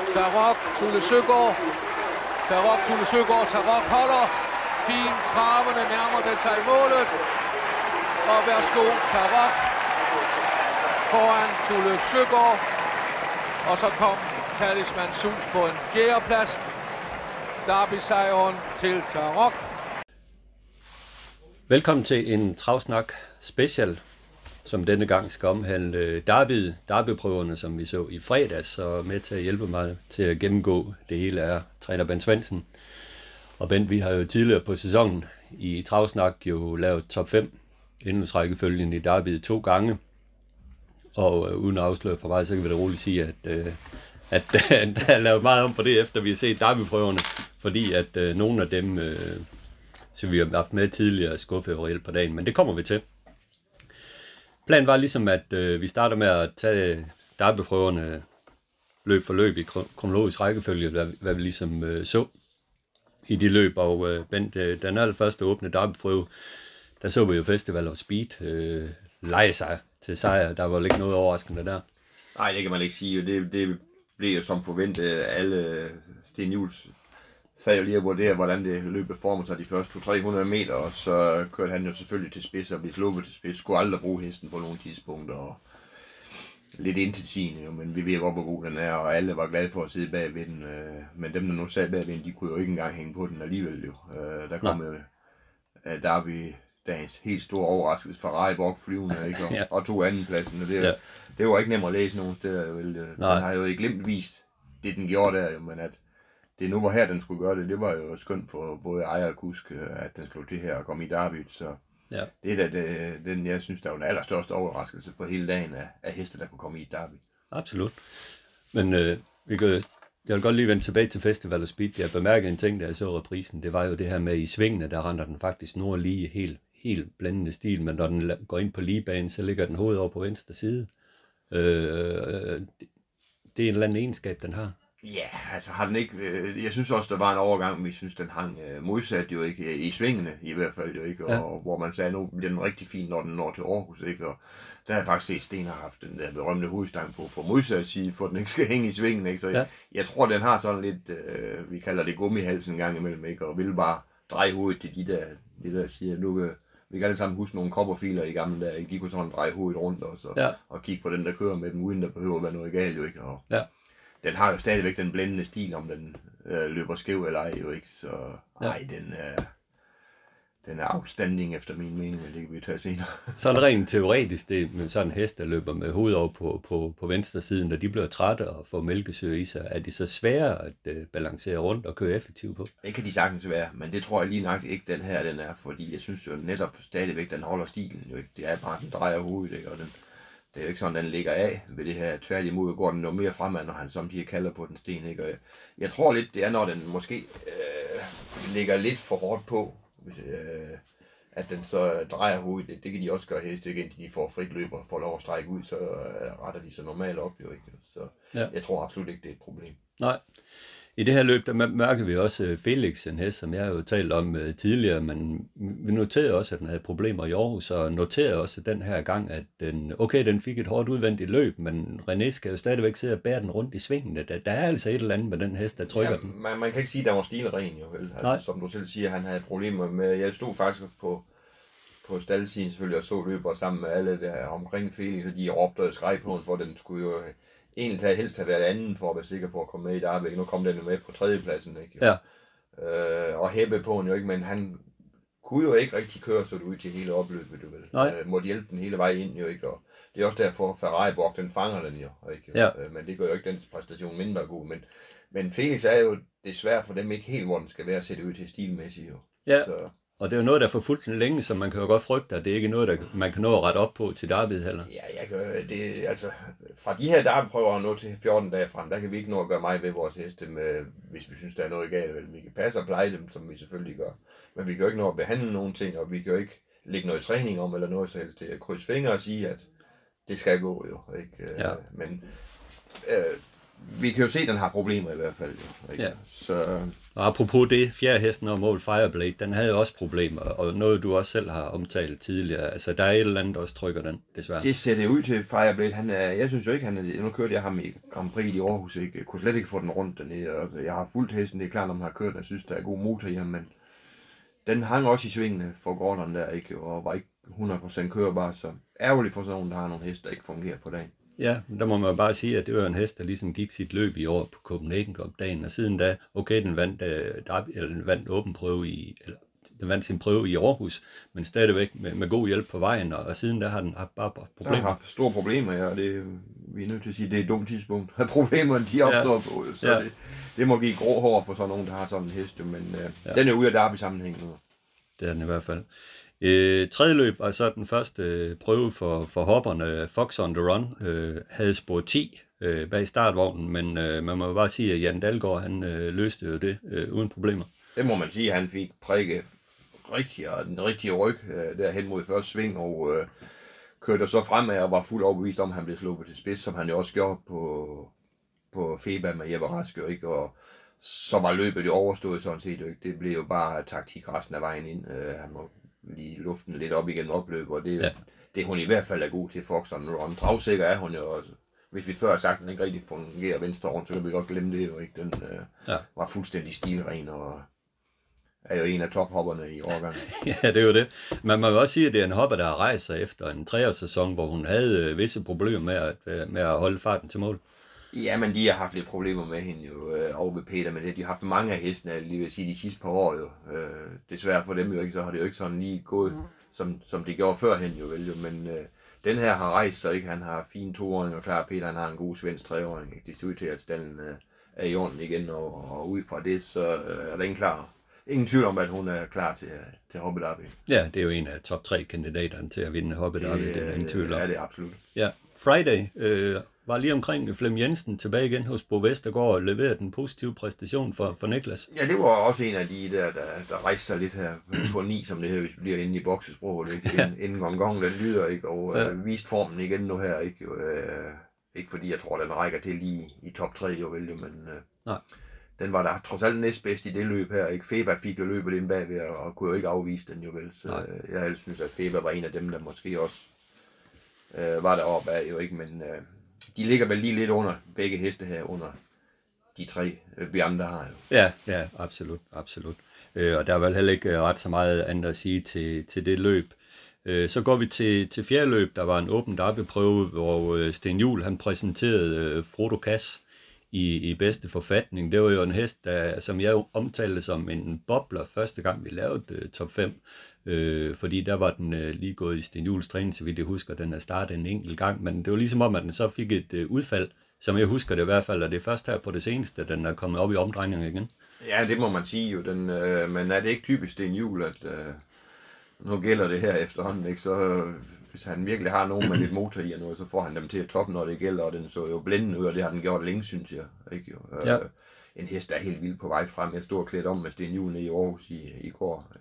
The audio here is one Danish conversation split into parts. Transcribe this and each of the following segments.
Tarok, Tulle Søgaard. Tarok, Tulle Søgaard. Tarok holder. Fint traverne nærmer det sig i målet. Og værsgo, Tarok foran Tulle Søgaard. Og så kom Talisman Sus på en fjerdeplads. Derby-sejren til Tarok. Velkommen til en travsnak special, som denne gang skal omhandle derbyprøverne, som vi så i fredags, og med til at hjælpe mig til at gennemgå det hele er træner Bent Svendsen. Og Bent, vi har jo tidligere på sæsonen i travsnak jo lavet top 5 indløbsrækkefølgen i derbyet 2 gange. Og uden at afsløre for mig, så kan vi da roligt sige, at der er lavet meget om på det, efter vi har set derbyprøverne, fordi at nogle af dem, som vi har haft med tidligere, er skuffet reelt på dagen, men det kommer vi til. Planen var ligesom, at vi starter med at tage derbyprøverne løb for løb i kronologisk rækkefølge, hvad vi ligesom så i de løb, og Bent, den allerførste åbne derbyprøve, der så vi jo Festival of Speed lege sig til sejr. Der var ikke noget overraskende der. Nej, det kan man ikke sige. Det blev jo som forventet. Alle Sten Juhls sad jo lige at vurdere, hvordan det løb former sig de første 200-300 meter, og så kørte han jo selvfølgelig til spids, og blev sluppet til spids. Skulle aldrig bruge hesten på nogle tidspunkter, og lidt intetsigende, jo, men vi ved godt, hvor god den er, og alle var glade for at sidde bag ved den. Men dem, der nu sad bag ved den, de kunne jo ikke engang hænge på den alligevel. Jo. Der kom jo Derby dagens helt store overraskelse fra Rejborg flyvende, ikke? Og tog andenpladsen. Det var ikke nemt at læse nogen steder. Den har jo i glimt vist det, den gjorde der, jo, men at det nu var her, den skulle gøre det, det var jo skønt for både ejer og kusk, at den slog det her og kom i derbyet. Så det er da den, jeg synes, der var den allerstørste overraskelse på hele dagen af heste, der kunne komme i et derby. Absolut. Men jeg vil godt lige vende tilbage til Festival of Speed. Jeg bemærkede en ting, da jeg så reprisen. Det var jo det her med i svingene, der render den faktisk nordlige helt blændende stil, men når den går ind på ligebanen, så ligger den hovedet over på venstre side. Det er en eller anden egenskab, den har. Ja, altså har den ikke, jeg synes også, der var en overgang, vi synes, den hang modsat jo ikke, i svingene i hvert fald jo ikke, og hvor man sagde, nu bliver den rigtig fin, når den når til Aarhus, ikke, og der har jeg faktisk set, Sten har haft den der berømte hovedstang på modsat side, for den ikke skal hænge i svingen, ikke, så jeg tror, den har sådan lidt, vi kalder det gummihalsen en gang imellem, ikke, og vil bare dreje hovedet til de der siger, nu vi kan alle sammen huske nogle kopperfiler i gamle dage, ikke, de kunne sådan dreje hovedet rundt og kigge på den, der kører med den, uden der behøver at være noget galt, jo ikke, og den har jo stadigvæk den blændende stil, om den løber skæv eller ej, jo ikke, så den er outstanding efter min mening, det kan vi tage senere. Sådan rent teoretisk, det med sådan en hest, der løber med hovedet over på venstre siden, når de bliver trætte og får mælkesyre i sig, er de så svære at balancere rundt og køre effektivt på? Det kan de sagtens være, men det tror jeg lige nok ikke den her, den er, fordi jeg synes jo netop stadigvæk, den holder stilen jo ikke, det er bare, den drejer hovedet, ikke, og den, det er jo ikke sådan, den ligger af ved det her. Tværtimod går den noget mere fremad, når han samtidig kalder på den sten, ikke? Og jeg tror lidt, det er, når den måske ligger lidt for hårdt på, at den så drejer hovedet. Det kan de også gøre heste, ikke? Indtil de får frit løb og får lov at strække ud, så retter de sig normalt op, jo ikke? Så jeg tror absolut ikke, det er et problem. Nej. I det her løb, der mærker vi også Felix, en hest, som jeg har jo talt om tidligere, men vi noterede også, at den havde problemer i Aarhus, og noterede også den her gang, at den fik et hårdt udvendigt løb, men René skal jo stadigvæk sidde og bære den rundt i svingene. Der er altså et eller andet med den hest, der trykker den. Man kan ikke sige, at der var stilren jo, vel? Altså, som du selv siger, han havde problemer med. Jeg stod faktisk på staldsiden selvfølgelig og så løber sammen med alle der omkring Felix, og de råbte og skreg på den, for den skulle jo egentlig helst have været anden for at være sikker på at komme med i derby. Nu kom den jo med på tredjepladsen, ikke? Ja. Og hæppe på den jo ikke, men han kunne jo ikke rigtig køre så ud til hele opløbet, du vel. Måtte hjælpe den hele vej ind jo ikke, og det er også derfor, Ferrari-Borg, den fanger den jo, ikke? Ja. Men det gør jo ikke den præstation mindre god, men Felix er jo desværre for dem ikke helt, hvor den skal være set ud til stilmæssigt jo. Ja. Så. Og det er jo noget, der er for fuldstændig længe, så man kan jo godt frygte, at det ikke er noget, der man kan nå at rette op på til derbyet heller. Ja, jeg gør det, altså fra de her derbyprøver nu til 14 dage frem, der kan vi ikke nå at gøre meget ved vores heste, med, hvis vi synes, der er noget galt. Vi kan passe og pleje dem, som vi selvfølgelig gør, men vi kan jo ikke nå at behandle nogle ting, og vi kan jo ikke lægge noget træning om, eller noget så helst. Det er at krydse fingre og sige, at det skal gå jo, ikke? Men vi kan jo se, at den har problemer i hvert fald. Jo, ikke? Ja. Så, Og apropos det, fjerde hesten og mål Fireblade, den havde også problemer, og noget du også selv har omtalt tidligere. Altså, der er et eller andet, der også trykker den, desværre. det ser det ud til Fireblade. Jeg synes jo ikke, nu kørte jeg ham i Grand Prix i Aarhus, ikke? Jeg kunne slet ikke få den rundt dernede. Og jeg har fulgt hesten, det er klart, når man har kørt, jeg synes, der er god motor i ham, men den hang også i svingene for Gordon der, ikke? Og var ikke 100% kørbar, så ærgerligt for sådan nogen, der har nogle heste, der ikke fungerer på dagen. Ja, der må man bare sige, at det var en hest, der ligesom gik sit løb i år på Copenhagen Cup-dagen, og siden da, okay, den vandt åben prøve den vandt sin prøve i Aarhus, men stadigvæk med god hjælp på vejen, og siden da har den haft bare problemer. Der har haft store problemer, ja, og vi er nødt til at sige, at det er et dumt tidspunkt, at problemerne de opstår på, så det må give grå hår for sådan nogen, der har sådan en hest, men den er ude af derby-sammenhængen nu. Det er den i hvert fald. Tredje løb var så den første prøve for hopperne. Fox on the Run havde spor 10 bag startvognen, men man må bare sige, at Jan Dalgaard han løste jo det uden problemer. Det må man sige, at han fik prikket den rigtige ryg derhen mod første sving, og kørte så fremad og var fuldt overbevist om, at han blev sluppet til spids, som han jo også gjorde på Feba med Jeppe Raske, ikke? Og så var løbet jo overstået sådan set, ikke? Det blev jo bare taktik resten af vejen ind. Han må lige luften lidt op igen opløb, og det hun i hvert fald er god til, Fox on the Run. Travsikker er hun jo også. Hvis vi før har sagt, at den ikke rigtig fungerer venstre rundt, så kan vi godt glemme det jo, ikke? Den var fuldstændig stilren og er jo en af tophopperne i årgangen. Ja, det er jo det. Men man vil også sige, at det er en hopper, der har rejst sig efter en 3-årssæson, hvor hun havde visse problemer med at holde farten til mål. Ja, men de har haft lidt problemer med hende jo over ved Peter, men det. De har haft mange af hestene, lige vil sige, de sidste par år jo. Desværre for dem jo ikke, så har det jo ikke sådan lige gået, som det gjorde førhen jo, vel jo. Men den her har rejst sig, ikke? Han har fine 2-åring, og klar, Peter han har en god svensk 3-åring, ikke? Det ser ud til, at stallen er i orden igen, og ud fra det, så er der ingen tvivl om, at hun er klar til Hoppe Derby. Ja, det er jo en af top 3 kandidaterne til at vinde Hoppe Derby, det er der ingen tvivl om. Ja, det er absolut. Ja, Friday var lige omkring Flem Jensen tilbage igen hos Bo Vestergaard og leverede den positive præstation for Niklas. Ja, det var også en af de der rejste sig lidt her på 9, som det her, hvis vi bliver inde i boksesproget, ikke? Ja. Inden gong den lyder, ikke? Og vist formen igen nu her, ikke? Ikke fordi jeg tror, den rækker til lige i top 3, jo vel, men den var der trods alt næstbedst i det løb her, ikke? Feba fik jo løbet ind bagved, og kunne jo ikke afvise den, jo vel, så jeg synes, at Feba var en af dem, der måske også var deroppe af, jo ikke, men de ligger vel lige lidt under begge heste her, under de 3 vi andre har jo. Ja, absolut. Og der er vel heller ikke ret så meget andet at sige til det løb. Så går vi til fjerde løb, der var en åben derbyprøve, hvor Sten Juhl han præsenterede Frodo Kass i bedste forfatning. Det var jo en hest, som jeg omtalte som en bobler første gang vi lavede top 5. Fordi der var den lige gået i Sten Juhls træning, så vidt jeg husker, den er startet en enkelt gang, men det var ligesom om, at den så fik et udfald, som jeg husker det i hvert fald, og det er først her på det seneste, den er kommet op i omdrejninger igen. Ja, det må man sige jo, men er det ikke typisk Sten Juhl, at nu gælder det her efterhånden, ikke? Så hvis han virkelig har nogen med lidt motor i og noget, så får han dem til at toppe, når det gælder, og den så jo blændende ud, og det har den gjort længe, synes jeg. Ikke? Ja. En hest, der er helt vild på vej frem. Jeg stod klædt om med Sten Juhl i Aarhus i går,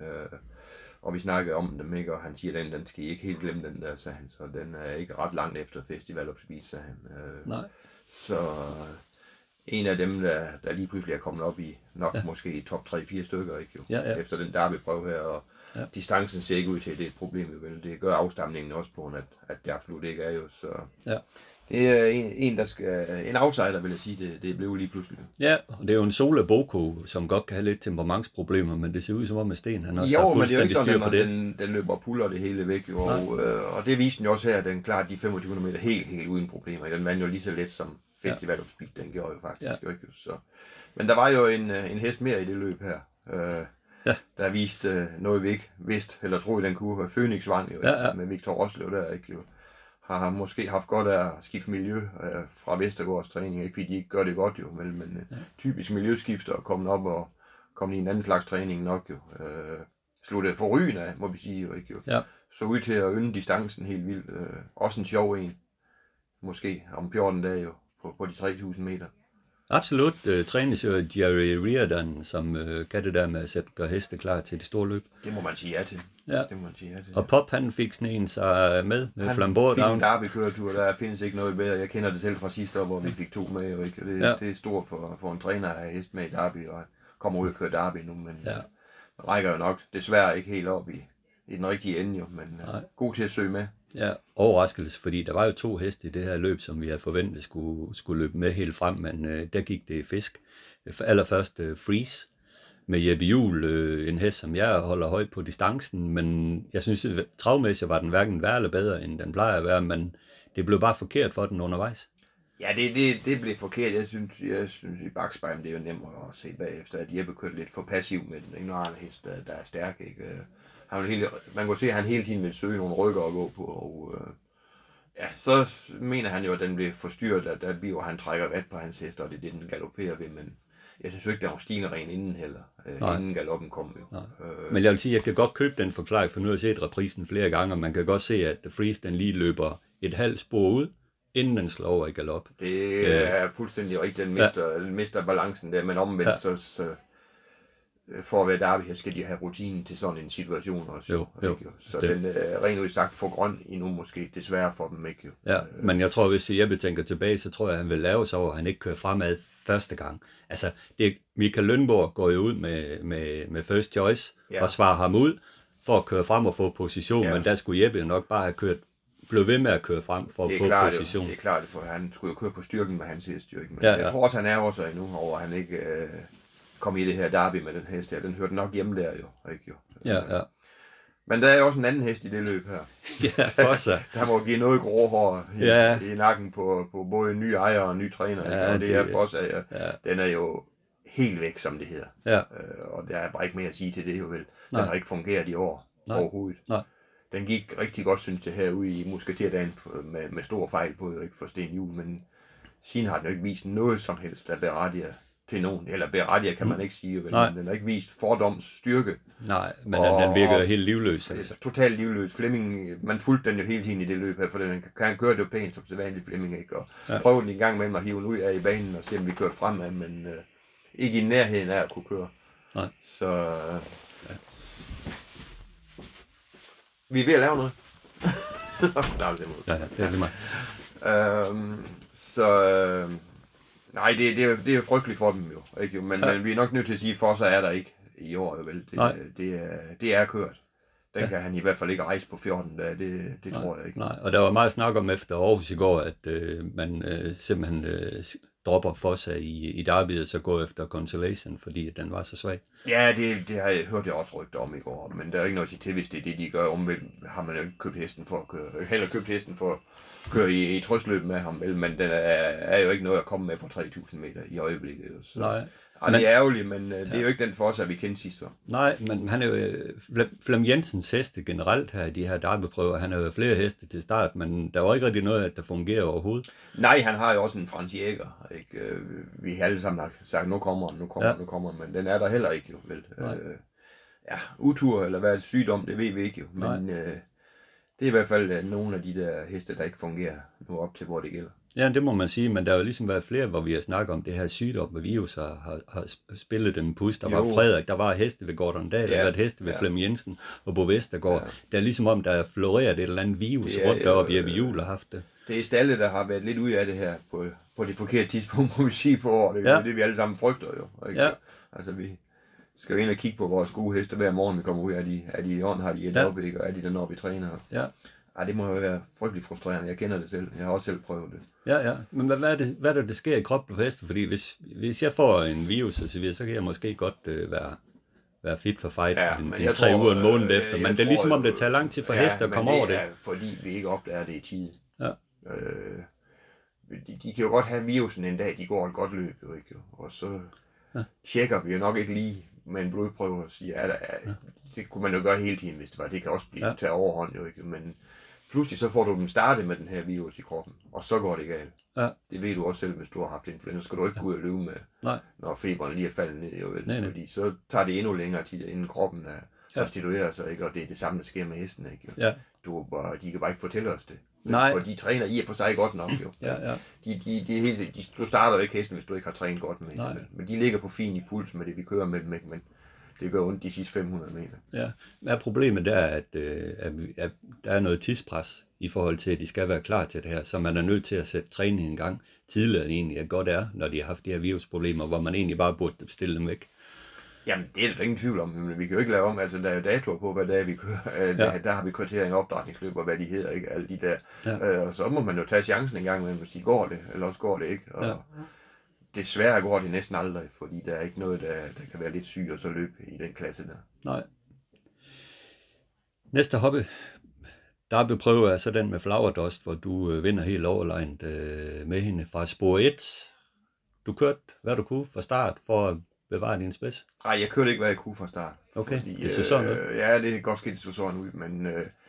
og vi snakkede om dem, ikke? Og han siger, den skal I ikke helt glemme, den der, sagde han. Så den er ikke ret langt efter Festival of Speed, sagde han. Nej. Så en af dem, der lige pludselig er kommet op i måske i top 3-4 stykker, ikke? Jo? Ja. Efter den derbyprøve her, og distancen ser ikke ud til, at det er et problem, vel? Det gør afstamningen også på, at det absolut ikke er jo, så det er en outsider, vil jeg sige, det blev lige pludselig. Ja, og det er jo en Sola Boko, som godt kan have lidt temperamentsproblemer, men det ser ud som om, at Sten han også har fuldstændig styr på det. Den løber og puller det hele væk, jo, og det viste den jo også her, at den klarer de 2500 meter helt uden problemer. Den vandt jo lige så let som Festival of Speed, den gjorde jo faktisk. Jo ikke, så. Men der var jo en hest mere i det løb her. Der viste noget vi ikke vidste, eller troede den kunne være Phoenix Vang, jo, med Victor Roslev der, ikke jo. Har måske haft godt af at skifte miljø fra Vestergaards træning, ikke fordi de ikke gør det godt jo, men typisk miljøskifter og komme i en anden slags træning nok jo. Sluttede forrygende af, må vi sige jo, ikke jo. Ja. Så ud til at ynde distancen helt vildt. Også en sjov en, måske om 14 dage jo, på de 3000 meter. Absolut. Trænes jo Jerry Reardon, som kan det der med at gøre heste klar til de store løb. Det må man sige ja til. Ja. Det må man sige ja til. Og Pop, han fik sådan en sig med Flambeau Downs. Han fik en Derby-køretur, der findes ikke noget bedre. Jeg kender det selv fra sidste år, hvor vi fik 2 med, og ikke? Det er stort for en træner at have hest med i Derby, og kommer ud og kører Derby nu, men man rækker jo nok desværre ikke helt op i den rigtige ende, jo, men god til at søge med. Ja, overraskelse, fordi der var jo 2 heste i det her løb, som vi havde forventet skulle løbe med helt frem, men der gik det fisk. Allerførst Freeze med Jeppe Juhl, en hest, som jeg holder højt på distancen, men jeg synes, travmæssigt var den hverken værre eller bedre, end den plejer at være, men det blev bare forkert for den undervejs. Ja, det blev forkert. Jeg synes i bakspejlen, det er jo nemmere at se bagefter, at Jeppe kørte lidt for passiv med den. Ikke noget hest, der er stærk, ikke? Man kunne se, at han hele tiden ville søge nogle rykker at gå på, og så mener han jo, at den blev forstyrret, da Biver han trækker vat på hans hest, og det er det, den galopperer ved, men jeg synes jo ikke, der var stigende ren inden heller, inden galoppen kom jo. Men jeg vil sige, jeg kan godt købe den forklaring, for nu har jeg set reprisen flere gange, og man kan godt se, at Freeze den lige løber et halvt spor ud, inden den slår over i galop. Det er fuldstændig rigtigt, den mister balancen der, men omvendt, så for at være Derby her, skal de have rutinen til sådan en situation også. Jo. Så den rent ud sagt for grøn endnu måske, desværre for dem ikke jo. Ja, men jeg tror, hvis Jeppe tænker tilbage, så tror jeg, at han vil lave sig over, at han ikke kører fremad første gang. Altså, Michael Lønborg går jo ud med first choice og svarer ham ud for at køre frem og få position, men der skulle Jeppe nok bare have blev ved med at køre frem for at få position. Det er klart, for han skulle jo køre på styrken med hans heststyrke, men jeg tror også, han er også endnu over, at han ikke kom i det her Derby med den hest her. Den hørte nok hjemme der jo, ikke jo. Ja. Men der er jo også en anden hest i det løb her. Ja, Fossa. Der må give noget grå hår i nakken på både ny ejer og ny træner. Ja, og det er Fossa, den er jo helt væk, som det hedder. Ja. Og der er bare ikke mere at sige til det jo vel. Den har ikke fungeret i år overhovedet. Nej. Den gik rigtig godt, synes jeg, herude i Musketerdagen med stor fejl på, jo ikke for Sten Juhl, men siden har den jo ikke vist noget som helst, der berettiger til nogen, eller berettiger kan man ikke sige, vel, men den har ikke vist fordoms styrke. Nej, men den virker helt livløs. Altså. Totalt livløs. Flemming, man fulgte den jo hele tiden i det løb her, for den kan køre det jo pænt som sædvanligt Flemming, ikke? Og prøve den en gang med at hive den ud af i banen og se, om vi kørte fremad, men ikke i nærheden af at kunne køre. Nej. Så vi er ved at lave noget. Nej, det er det mig. Nej, det er jo frygteligt for dem jo, ikke? Men vi er nok nødt til at sige, for så er der ikke i år, vel? Det er kørt. Den kan han i hvert fald ikke rejse på 14 dage, det tror jeg ikke. Nej, og der var meget snak om efter Aarhus i går, at man simpelthen dropper Fossa i Derbyet, så går efter Consolation, fordi den var så svag. Ja, det har jeg hørt jeg også rygter om i går, men der er ikke noget at sige til, hvis det er det, de gør. Omvendt har man jo ikke købt hesten for at køre, heller købt hesten for at køre i trøstløb med ham, men den er jo ikke noget at komme med på 3.000 meter i øjeblikket. Så. Nej. Og det er ærgerligt, men det er jo ikke den Fossa, vi kendte sidste år. Nej, men han er jo Flem Jensens heste generelt her i de her derbyprøver. Han har jo flere heste til start, men der var ikke rigtig noget, der fungerer overhovedet. Nej, han har jo også en Frans Jäger, ikke? Vi har alle sammen sagt, nu kommer, men den er der heller ikke jo, vel? Utur eller hvad sygdom, det ved vi ikke jo, men det er i hvert fald nogle af de der heste, der ikke fungerer nu op til, hvor det gælder. Ja, det må man sige, men der har jo ligesom været flere, hvor vi har snakket om det her sygdom, hvor virus har spillet dem pus. Der var Frederik, der var heste ved Gordon Dahl, der var et heste ved Flem Jensen og Bo Vestergaard. Ja. Det er ligesom om, der florerer et eller andet virus rundt deroppe, Jeppe Juhl har haft det. Det er Stalle, der har været lidt ude af det her på det forkerte tidspunkt, må vi sige på året. Det er det, vi alle sammen frygter jo. Ikke? Ja. Altså, vi skal jo ind og kigge på vores gode heste hver morgen, vi kommer ud. Er de i ånd, har de et op, ikke? Og er de der, når vi træner? Ja. Det må jo være frygtelig frustrerende. Jeg kender det selv. Jeg har også selv prøvet det. Ja. Men hvad er det, der sker i kroppen på hesten? Fordi hvis jeg får en virus og så videre, så kan jeg måske godt være fit for fight en 3 uger, en måned efter. Men det er ligesom om, det tager lang tid for hesten at komme over det. Fordi vi ikke opdager det i tide. Ja. De kan jo godt have virusen en dag, de går et godt løb, jo ikke? Og så tjekker vi jo nok ikke lige med en blodprøve og siger, det kunne man jo gøre hele tiden, hvis det var. Det kan også blive taget overhånd, jo ikke? Men pludselig så får du dem startet med den her virus i kroppen, og så går det galt. Ja. Det ved du også selv, hvis du har haft influenza. Så skal du ikke gå ud og løbe med, når feberen lige er faldet ned, jo vel? Nej. Fordi så tager det endnu længere tid, inden kroppen restituerer sig, ikke? Og det er det samme, der sker med hesten, ikke? Ja. De kan bare ikke fortælle os det. Nej. For de træner i og for sig godt nok jo. Ja. Du starter jo ikke hesten, hvis du ikke har trænet godt med. Nej. Men de ligger på fin i puls med det, vi kører med dem, men det gør ondt de sidste 500 meter. Ja, hvad er problemet der, at der er noget tidspres i forhold til, at de skal være klar til det her, så man er nødt til at sætte træningen i gang tidligere end egentlig godt er, når de har haft de her virusproblemer, hvor man egentlig bare burde stille dem væk. Jamen, det er der ingen tvivl om, men vi kan jo ikke lave om, altså der er jo datoer på, hvad det er, vi kører. Der har vi kvartering opdrætningsløb, og hvad de hedder, ikke? Alle de der. Ja. Og så må man jo tage chancen en gang med at sige, går det, eller også går det ikke. Og desværre går det næsten aldrig, fordi der er ikke noget, der kan være lidt syg og så løbe i den klasse der. Nej. Næste hoppe, der prøve er så den med Flowerdust, hvor du vinder helt overlegnet med hende fra spor 1. Du kørte, hvad du kunne fra start for at bevare din spids? Nej, jeg kørte ikke, hvad jeg kunne fra start. Okay, fordi, det så sådan ud? Ja, det er godt skidt, det så sådan ud, men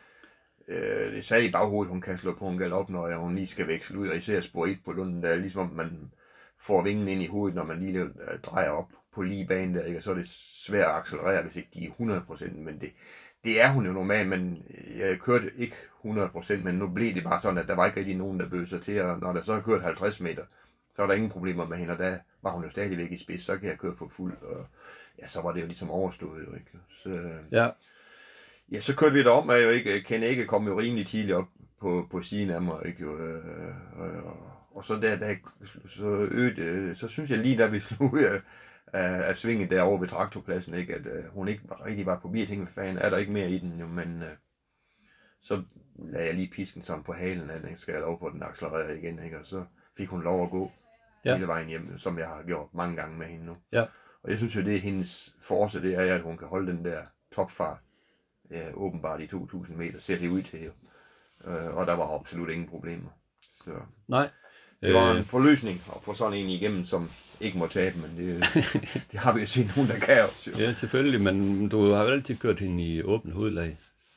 det sagde i baghovedet, hun kan slå på en galop, når hun lige skal veksle ud, og især spor 1 på Lunden, der er ligesom om man får vingen ind i hovedet, når man lige drejer op på lige bane der, ikke? Og så er det svært at accelerere, hvis ikke de er 100%, men det er hun jo normalt, men jeg kørte ikke 100%, men nu blev det bare sådan, at der var ikke rigtig nogen, der bød sig til, og når der så har kørt 50 meter, så er der ingen problemer med hende, og der var hun jo stadigvæk i spids, så kan jeg køre for fuld, og ja, så var det jo ligesom overstået jo, ikke? Så, ja, så kørte vi derom, og jeg jo ikke, Ken Egge kom jo rimelig tidligt op på siden af mig, ikke? Og så så synes jeg lige, da vi slog ud af svinget derovre ved traktorpladsen, ikke, at hun ikke rigtig var på jeg tænkte, hvad fanden, er der ikke mere i den, jo, men så lagde jeg lige pisken sådan på halen, at den skal jeg lov for den accelerere igen, ikke? Og så fik hun lov at gå hele vejen hjem, som jeg har gjort mange gange med hende nu. Ja. Og jeg synes jo, det er hendes force, det er, at hun kan holde den der topfart, åbenbart i 2000 meter, ser det ud til jo. Og der var absolut ingen problemer. Så nej. Det var en forløsning at få sådan en igennem, som ikke må tabe, men det har vi jo set nogen, der kan også. Jo. Ja, selvfølgelig, men du har jo altid kørt hende i åbent hovedlag.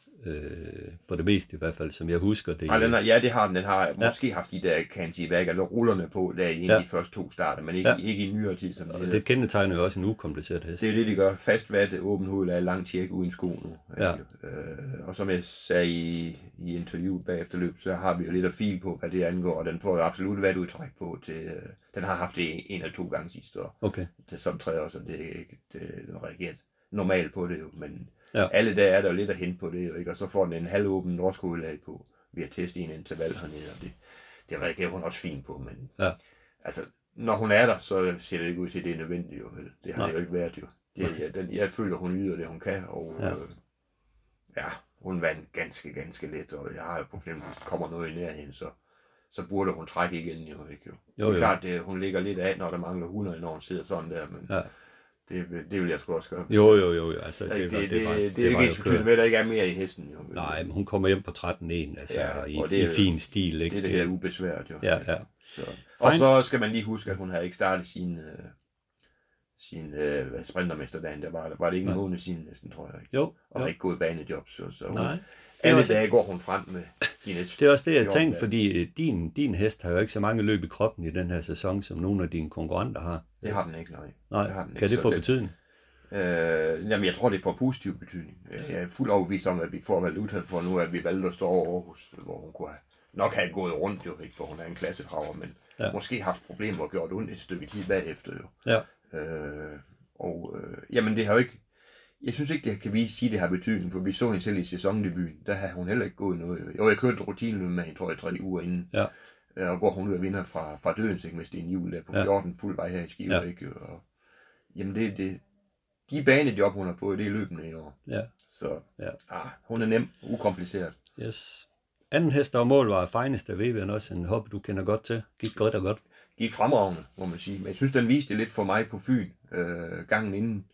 For det meste i hvert fald, som jeg husker det. Ja, det har den. Den har måske haft de der cantivac eller rullerne på, der i de første 2 starter, men ikke i nyere tid. Som det kendetegner jo også en ukompliceret hest. Det er det, de gør. Fastvat, åben hovedlag, lang tjek uden sko nu. Ja. Og som jeg sagde i interviewet bagefter løb, så har vi jo lidt af fil på, hvad det angår, og den får jo absolut vatudtræk på til. Den har haft det 1 eller 2 gange sidste år. Okay. Det som 3 år, så det er ikke reageret normalt på det jo, men alle dage er der jo lidt at hente på det, ikke? Og så får den en halvåben norsk hovedlag på, vi har testet en interval hernede, og det reagerer hun også fint på, men altså, når hun er der, så ser det ikke ud til, at det er nødvendigt jo, det har det jo ikke været jo. Jeg føler, hun yder det, hun kan, og hun vandt ganske let, og jeg har jo på fornemmelsen, hvis der kommer noget i nærheden, så burde hun trække igen jo, ikke jo. Det er klart, hun ligger lidt af, når der mangler 100, når hun sidder sådan der, men det vil jeg sgu også gøre. Jo, altså det er ikke ens betydende med, at der ikke er mere i hesten jo. Nej, men hun kommer hjem på 13-1, altså i fin stil, ikke? Det er ubesværet jo. Ja. Så. Og så skal man lige huske, at hun havde ikke startet sin sprintermesterdagen, der var det ikke en måned siden næsten, tror jeg. Ikke? Jo. Og har ikke gået banejob, så nej. Alle dage går hun frem med Guinness. Det er også det, jeg tænkte, fordi din hest har jo ikke så mange løb i kroppen i den her sæson, som nogle af dine konkurrenter har. Det har den ikke, nej. Kan det få betydning? Jamen, jeg tror, det får positiv betydning. Jeg er fuldt overbevist om, at vi får valuta for nu, at vi valgte at stå over Aarhus, hvor hun kunne nok have gået rundt, jo ikke, for hun er en klassetraver, men måske haft problemer og gjort ondt et stykke tid bagefter, jo. Ja. Jamen, det har jo ikke. Jeg synes ikke, det kan vi sige, det har betydning, for vi så hende selv i sæsondebuten. Der har hun heller ikke gået noget. Jo, jeg kørte rutineløb med hende, tror jeg, 3 uger inden. Ja. Og går hun ud og vinder fra Dødens, ikke, med Sten Juhl der på 14 fuld vej her i Skive, ikke? Og, jamen, de banejob, hun har fået, det er løbende i år. Ja. Så hun er nem, ukompliceret. Yes. Anden hest og mål var Finest af Vivian, også en hop, du kender godt til. Gik godt og godt. Gik fremragende, må man sige. Men jeg synes, den viste lidt for mig på Fyn gangen inden,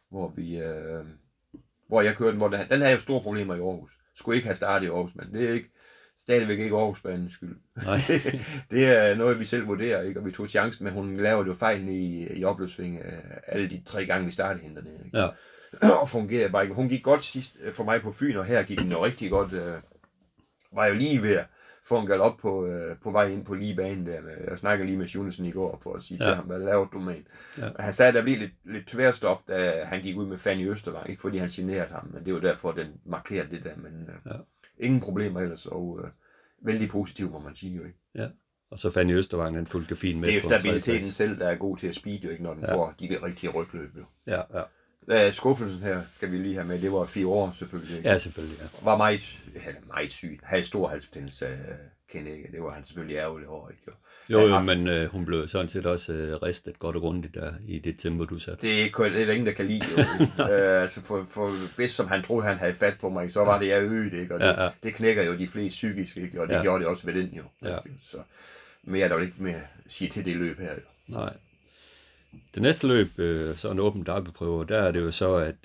hvor jeg kørte den, hvor den havde jo store problemer i Aarhus. Skulle ikke have startet i Aarhus, men det er stadigvæk ikke Aarhusbanens skyld. Nej. Det er noget, vi selv vurderer, ikke? Og vi tog chancen, men hun lavede jo fejl i opløbsving alle de 3 gange, vi startede hende dernede. Ikke? Ja. Og fungerede bare ikke. Hun gik godt sidst for mig på Fyn, og her gik den jo rigtig godt. Var jo lige ved at få en galop på vej ind på lige banen der. Jeg snakkede lige med Junesen i går for at sige til ham, hvad lavede du med? Ja. Han sagde, at der blev lidt tværstop, da han gik ud med Fanny Østervang. Ikke fordi han generede ham, men det var derfor, den markerede det der. Men ingen problemer ellers. Og vældig positiv, må man sige jo, ikke? Ja. Og så Fanny Østervang, han fulgte fint med. Det er jo på stabiliteten selv, der er god til at speede, jo ikke, når den får de rigtige rygløb. Jo. Ja, ja. Skuffelsen her, skal vi lige have med, det var 4 år selvfølgelig. Ikke? Ja, selvfølgelig, ja. Var meget syg. Havde stor halsbetændelse, kende ikke. Det var han selvfølgelig ærgerlig over, ikke? Jo, men hun blev sådan set også ristet godt og grundigt der i det tempo, du satte. Det er der ingen, der kan lide. Jo, altså for bedst som han troede, han havde fat på mig, så var det jeg øget, ikke? Og det knækker jo de fleste psykisk, ikke? Og det gjorde det også ved den, jo. Ja. Så mere er der jo ikke mere at sige til det løb her, jo. Nej. Det næste løb, så en åben derbyprøve, der er det jo så, at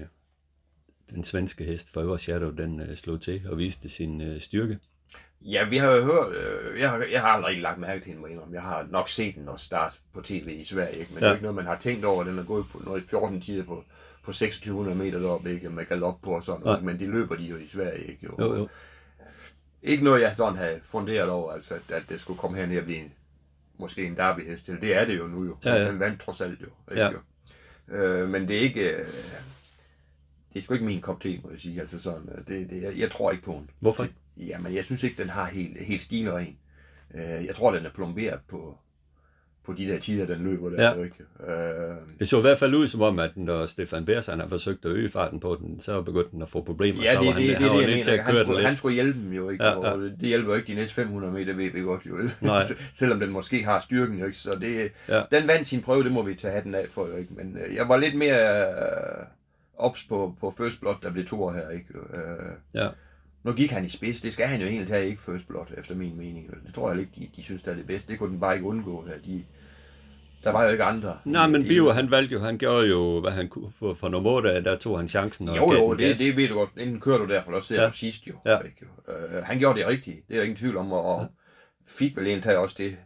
den svenske hest Forever Shadow, den slog til og viste sin styrke. Ja, vi har jo hørt, jeg har aldrig lagt mærke til hende, jeg har nok set den og start på tv i Sverige, ikke? Men det er ikke noget, man har tænkt over, den er gået på noget 14 tider på 2600 meter deroppe, ikke? Med galop på og sådan noget, men de løber de jo i Sverige, ikke? Jo. Ikke noget, jeg sådan havde funderet over, altså, at det skulle komme herned og blive måske en derbyhest. Det er det jo nu, jo. Ja. Den vandt trods alt, jo. Ikke, jo? Men det er ikke... det er sgu ikke min kop te, må jeg sige. Altså sådan, jeg tror ikke på den. Hvorfor? Jamen, jeg synes ikke, den har helt stilren. Jeg tror, den er plomberet på de der tider, den løber der. Ja. Ikke? Det så i hvert fald ud som om, at når Stefan Behrsen har forsøgt at øge farten på den, så begyndte den at få problemer. Ja, så var han nødt til at køre den lidt. Han skulle hjælpe dem jo ikke, Ja. og det hjælper jo ikke de næste 500 meter, ved vi godt jo. Nej. Selvom den måske har styrken jo ikke, så den vandt sin prøve, det må vi tage hatten af for jo ikke. Men jeg var lidt mere ops på First Blood, der blev 2 her, ikke? Ja. Nu gik han i spids, det skal han jo egentlig tage ikke First Blood, efter min mening. Det tror jeg ikke, de synes, der er det bedste. Det kunne den bare ikke undgå her. Der var jo ikke andre. Nej, men Biver, han gjorde jo, hvad han kunne for nogle måneder, der tog han chancen. Og jo, det ved du godt. Inden kører du der, for også ser du sidst jo. Ja. Han gjorde det rigtigt, det er der ingen tvivl om, og fik vel egentlig også det.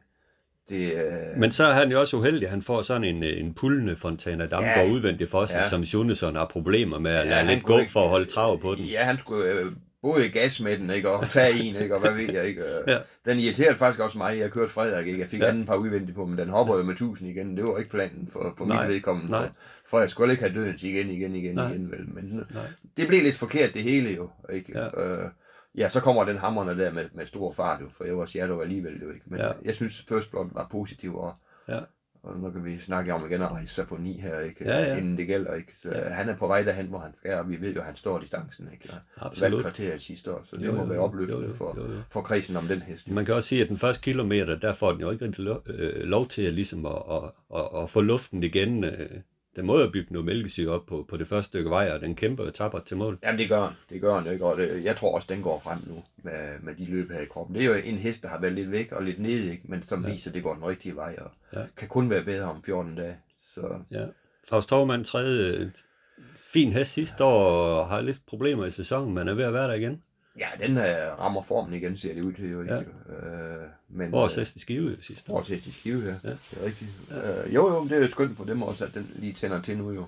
Men så er han jo også uheldig, han får sådan en pullende Fontana Damgaard udvendigt for sig, som Sjunnesson har problemer med at lade lidt gå for at holde trav på den. Ja, han skulle både gas med den, ikke, og tage en, ikke, og hvad ved jeg, ikke. Den irriterede faktisk også mig. Jeg kørte Frederik, ikke. Jeg fik anden par udvendigt på, men den hopper jo med 1000 igen. Det var ikke planen for mit vedkommende. For jeg skulle ikke have dødens igen, vel. Men det blev lidt forkert det hele jo, ikke. Ja, så kommer den hammerne der med stor fart jo, for jeg var Shadow alligevel jo, ikke. Men jeg synes First Blood var positiv, og nu kan vi snakke om igen at rejse sig på 9 her, ikke? Inden det gælder, ikke? Så han er på vej derhen, hvor han skal, og vi ved jo, at han står distancen, ikke? Valgt kvarteret sidste år, så det må være opløftende for kredsen om den hest. Man kan også sige, at den første kilometer, der får den jo ikke rigtig lov til at, ligesom at få luften igen. Den må jo bygge noget mælkesyre op på det første stykke vej, og den kæmper og tapper til mål. Jamen det gør han ikke, og jeg tror også, den går frem nu med de løb her i kroppen. Det er jo en hest, der har været lidt væk og lidt nede, ikke? Men som viser, at det går den rigtige vej, og kan kun være bedre om 14 dage. Så. Ja. Faust Torvmand tredje fin hest sidste år, og har lidt problemer i sæsonen, men er ved at være der igen. Ja, den rammer formen igen, ser det ud til jo ikke. Men årets hest i Skive jo sidste år. Årets hest i Skive, ja. Det er rigtigt. Jo, det er jo skønt for dem også, at den lige tænder til nu jo.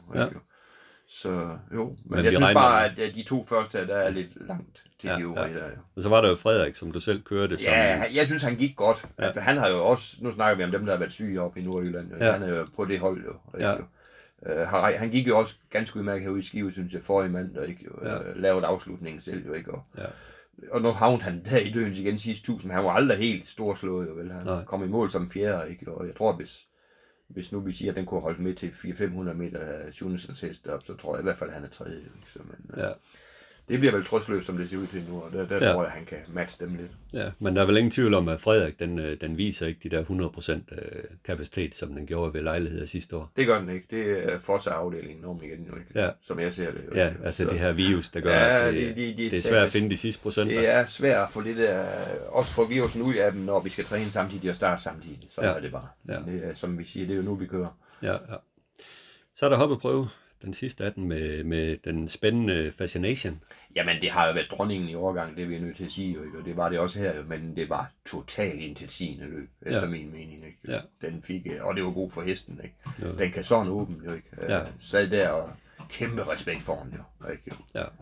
Så jo, men jeg synes bare, at de 2 første her, der er lidt langt til de øvrige der. Og så var der jo Frederik, som du selv kørte. Ja, jeg synes, han gik godt. Altså, han har jo også, nu snakker vi om dem, der har været syge oppe i Nordjylland. Han er jo på det hold jo. Han gik jo også ganske udmærket herude i Skive, synes jeg, forrige mandag, ikke? Lavede afslutningen selv jo, ikke? Og nu havnede han der i dødens igen sidste 1000, han var aldrig helt storslået jo, vel? Han kom i mål som 4., ikke? Og jeg tror, hvis nu vi siger, at den kunne holde med til 400-500 meter af Sjunnesons hest op, så tror jeg i hvert fald, at han er 3. Ikke? Så, men, det bliver vel trøstløst, som det ser ud til nu, og der tror jeg, at han kan matche dem lidt. Ja, men der er vel ingen tvivl om, at Frederik, den viser ikke de der 100% kapacitet, som den gjorde ved lejligheder sidste år. Det gør den ikke. Det er Forza-afdelingen om igen, jo, ikke? Som jeg ser det. Jo, ja, altså det her virus, der gør, at det er svært at finde de sidste procenter. Det er svært at få det der, også få virusen ud af dem, når vi skal træne samtidig og starte samtidig. Så er det bare. Det er, som vi siger, det er jo nu, vi kører. Ja. Så er der hoppeprøve. Den sidste af den med den spændende Fascination. Jamen, det har jo været dronningen i overgang, det er vi nødt til at sige, ikke? Og det var det også her, men det var totalt intensivende løb, efter min mening, ikke? Ja. Den fik, og det var god for hesten, ikke? Ja. Den kan sådan åben, jo, ikke? Sad der og kæmpe respekt for den, jo, ikke?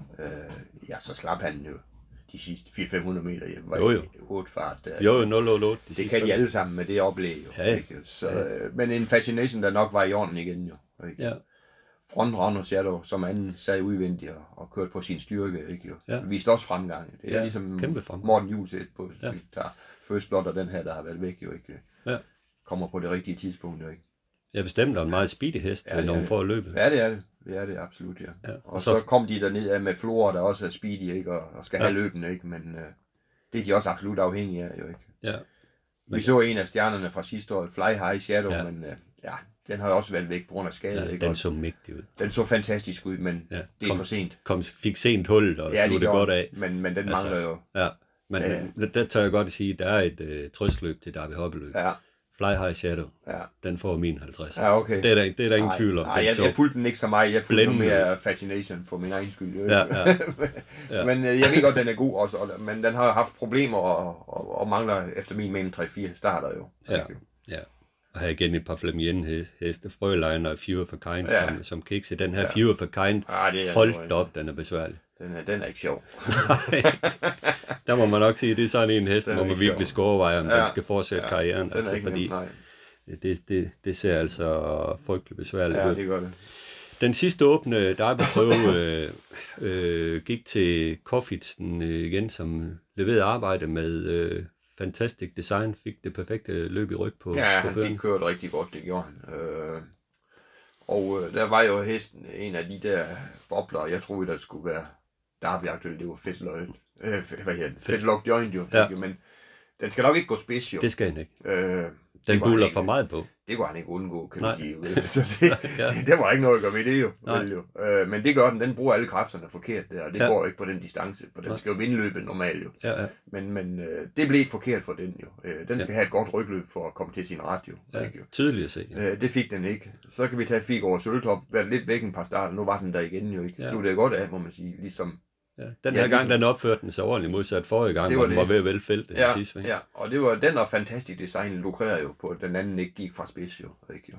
Så slap han jo de sidste 400-500 meter, var i 8 fart. Jo, 0-8. Det kan de alle sammen med det oplæg, jo, ikke? Så, men en Fascination, der nok var i orden igen, jo, ikke? Ja. frontrunner Shadow, som anden sad udvendigt og kørte på sin styrke, ikke jo. Ja. Viste også fremgang. Det er ligesom kæmpe fremgang. Morten Juhls på, vi tager First Blood og den her, der har været væk jo, ikke. Ja. Kommer på det rigtige tidspunkt, jo, ikke. Jeg bestemte en meget speedy hest, når hun får løbet. Ja, det er det. Det er det absolut, ja. Og så kom de derned af med Flora, der også er speedy, ikke, og skal have løbende, ikke, men det er de også absolut afhængige af, jo, ikke. Ja. Vi så en af stjernerne fra sidste år, Fly High Shadow, men den har også været væk på grund af skade, ikke. Den så mægtig ud. Den så fantastisk ud, men det er for sent. Fik sent hullet og sluttede godt af. Men den mangler jo. Ja, men der tør jeg godt at sige, at der er et trøstløb til Derby Hoppeløb. Ja. Fly High Shadow, den får min 50. Ja, okay. Det er der ingen tvivl om. Nej, jeg fulgte den ikke så meget. Jeg fulgte mere Fascination for min egen skyld. Ja. Men jeg ved godt, den er god også. Men den har haft problemer og mangler efter min mening 3-4 starter jo. Ja. Og her igen et par Flamien heste, Frølein og Few of a Kind som kiks i den her Few of a Kind. Holdt op, den er besværlig. Den er ikke sjov. Der må man nok sige, at det er sådan en hest, hvor man virkelig skal overveje, om den skal fortsætte karrieren. Den er ikke fordi nem, det ser altså frygteligt besværligt ud. Ja, det gør det. Den sidste åbne derbyprøve gik til Koffitsen igen, som leverede arbejde med fantastisk design, fik det perfekte løb i ryg på han fik kørt rigtig godt, det gjorde han. Og der var jo hesten en af de der bobler, jeg troede, der skulle være derbyaktuelt, det var Fetlock Joint jo, men den skal nok ikke gå spids jo. Det skal han ikke. Den buller for meget på. Det kunne han ikke undgå, kan man sige. Så det var ikke noget at gøre ved det jo. Men det gør den bruger alle kræfterne forkert der, og det går ikke på den distance, for den skal jo vinde løbet normalt jo. Men det blev forkert for den jo. Den skal have et godt rygløb for at komme til sin ret jo. Tydeligt at se. Det fik den ikke. Så kan vi tage Fik over Søltop, været lidt væk en par starter, nu var den der igen jo ikke. Sluttede godt af, må man sige, ligesom. Ja, den her gang, den opførte den så ordentligt modsat forrige gang, hvor den var ved at vælge feltet i sidste sving. Ja, og det var den og fantastisk design lukrerede jo på, at den anden ikke gik fra spids jo. Ikke, jo.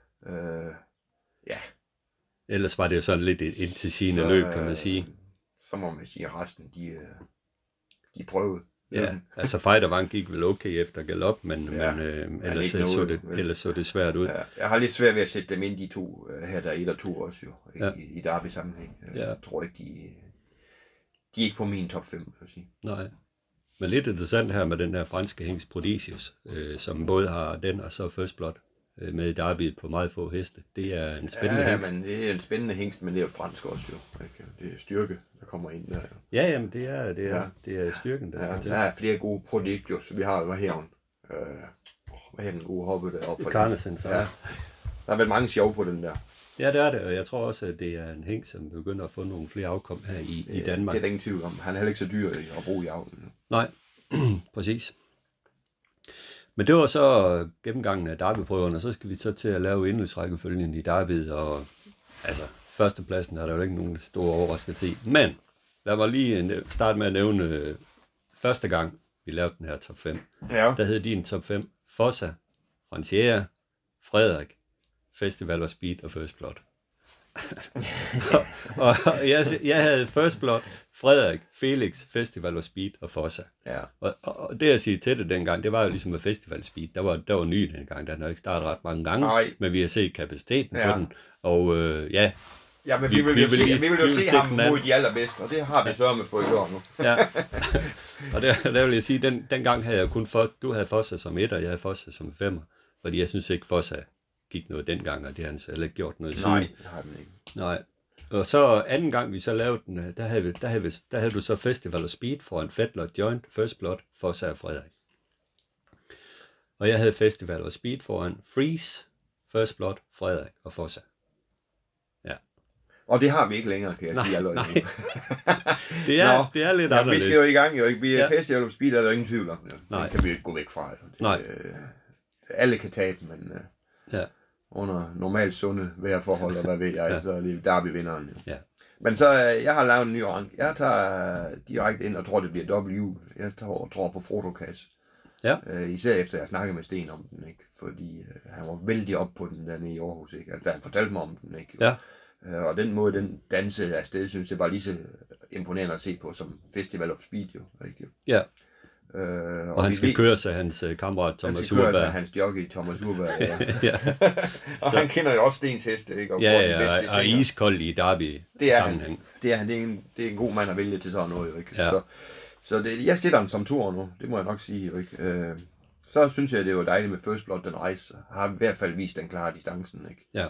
Ja. Ellers var det jo sådan lidt et indtilsigende løb, kan man sige. Så må man sige, at resten, de prøvede. Ja, altså Fightervang gik vel okay efter galop, men ellers så det svært ud. Ja, jeg har lidt svært ved at sætte dem ind, de to her, der er 1 og 2 også jo, i derby sammenhæng. Jeg tror ikke, de er ikke på min top 5, vil jeg sige. Nej, men lidt interessant her med den her franske hingst Prodisius, som både har den og så First Blood med i derbyet på meget få heste. Det er en spændende hingst. Ja, men det er en spændende hingst, men det er jo fransk også jo. Ikke? Det er styrke, der kommer ind der. Ja, jamen det er styrken, der skal til. Der er flere gode Prodigios. Vi har jo herhen. Hvad er den gode hoppe deroppe? Carnesen, så. Ja. Der har været mange sjov på den der. Ja, det er det, og jeg tror også, at det er en hingst, som begynder at få nogle flere afkom her i Danmark. Det er der ingen tvivl om. Han er heller ikke så dyr at bruge i avlen. Nej, præcis. Men det var så gennemgangen af derbyprøverne, og så skal vi så til at lave indløbsrækkefølgen i derbyet, og altså førstepladsen er der jo ikke nogen store overraskelse i. Men lad mig lige starte med at nævne første gang, vi lavede den her top 5. Ja. Der hed din top 5 Fossa, Franciera, Frederik, Festival of Speed og First Blood. og jeg havde First Blood, Frederik, Felix, Festival of Speed og Fossa. Ja. Og det jeg siger til det dengang, det var jo ligesom med Festival Speed. Der var ny dengang, den har ikke startet ret mange gange, men vi har set kapaciteten på den. Og ja, men vi vil jo se ham mod de allerbedste, og det har vi så med for i år nu. Ja, og der vil jeg sige, dengang havde jeg kun du havde Fossa som 1, og jeg havde Fossa som 5, fordi jeg synes ikke, Fossa gik noget dengang, og det har han så heller ikke gjort noget siden. Nej, det har den ikke. Nej. Og så anden gang vi så lavede den, der havde du så Festival of Speed foran Fetlock Joint, First Blood, Fossa og Frederik. Og jeg havde Festival of Speed foran Freeze, First Blood, Frederik og Fossa. Ja. Og det har vi ikke længere, kan jeg sige allerede. Nej. det er lidt anderledes. Vi skal jo i gang jo, ikke? Vi er Festival of Speed, er der ingen tvivl om. Det kan vi ikke gå væk fra. Nej. Alle kan tabe, men under normalt sunde vejrforhold, og hvad ved jeg, så er det derby-vinderen. Ja. Men så, jeg har lavet en ny rank. Jeg tager direkte ind og tror, det bliver W. Jeg tror på Frodokas. Ja. Især efter jeg snakkede med Sten om den, ikke? Fordi han var vældig op på den dernede i Aarhus, ikke? Altså, han fortalte mig om den, ikke? Ja. Og den måde, den dansede afsted, synes jeg var lige så imponerende at se på som Festival of Speed, jo. Ikke? Ja. Og han skal køre sig hans kammerat Thomas Urberg. Han skal køre sig hans jockey Thomas Urberg, ja. Ja. Og han kender jo også Stens heste, ikke? Og og iskold i Derby sammenhæng. Det er en god mand at vælge til sådan noget, ikke? Ja. Så jeg sætter den som toer nu, det må jeg nok sige, ikke? Så synes jeg, det var dejligt med First Blood, den rejse. Har i hvert fald vist den klare distancen, ikke? Ja.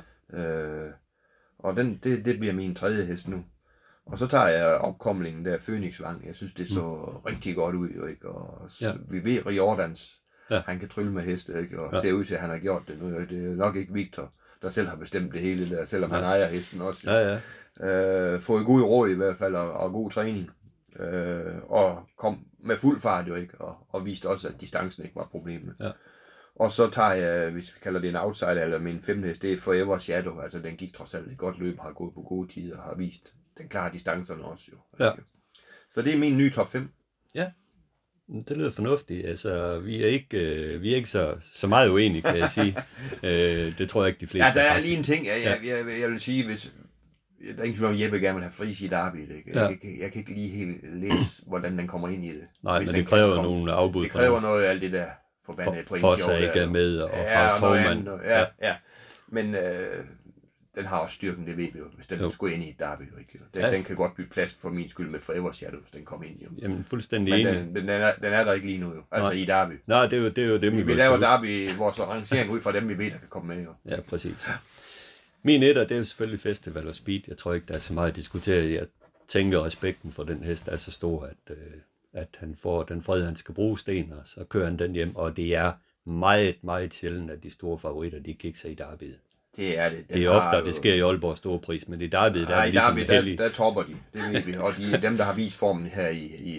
Og det bliver min tredje hest nu. Og så tager jeg opkomlingen der, Phoenix Vang. Jeg synes, det så rigtig godt ud, ikke? Og vi ved, at Jordans, han kan trylle med heste, ikke? Og ser ud til, at han har gjort det nu. Det er nok ikke Victor, der selv har bestemt det hele der, selvom han ejer hesten også. Fået god råd i hvert fald, og god træning. Og kom med fuld fart jo, ikke? Og viste også, at distancen ikke var problemet. Ja. Og så tager jeg, hvis vi kalder det en outsider, eller min femte hest, det er Forever Shadow. Altså den gik trods alt et godt løb, har gået på gode tider, og har vist den klare distancerne også jo. Ja. Så det er min nye top 5. Ja, det lyder fornuftigt. Altså, vi er ikke så meget uenige, kan jeg sige. Det tror jeg ikke, de fleste. Ja, der er lige en ting, jeg vil sige, hvis der er ingen tvivl om, Jeppe gerne vil have fris i Derby. Jeg kan ikke lige helt læse, hvordan den kommer ind i det. Nej, men det kræver nogle afbud. Det kræver noget af alt det der forbandede point. Forza ikke er med, og Faust Hovmand. Ja. Men den har også styrken, det ved vi jo, hvis den skulle ind i et Derby. Den kan godt blive plads for min skyld med Forever Shadow, hvis den kommer ind. Jo. Jamen, fuldstændig enig. Men den er der ikke lige nu, jo. Altså i Derby. Nej, det er jo dem, vi laver Derby, vores rangering ud fra dem, vi ved, der kan komme med. Jo. Ja, præcis. Min etter, det er jo selvfølgelig Festival of Speed. Jeg tror ikke, der er så meget at diskutere. Jeg tænker, respekten for den hest er så stor, at han får den fred, han skal bruge sten, og så kører han den hjem. Og det er meget, meget sjældent, at de store favoritter, de kigger i Derby. Det er det. Det er ofte, det sker i Aalborg store pris, men i Derby, der er ligesom heldig. Der topper de, det ved vi. Og dem, der har vist formen her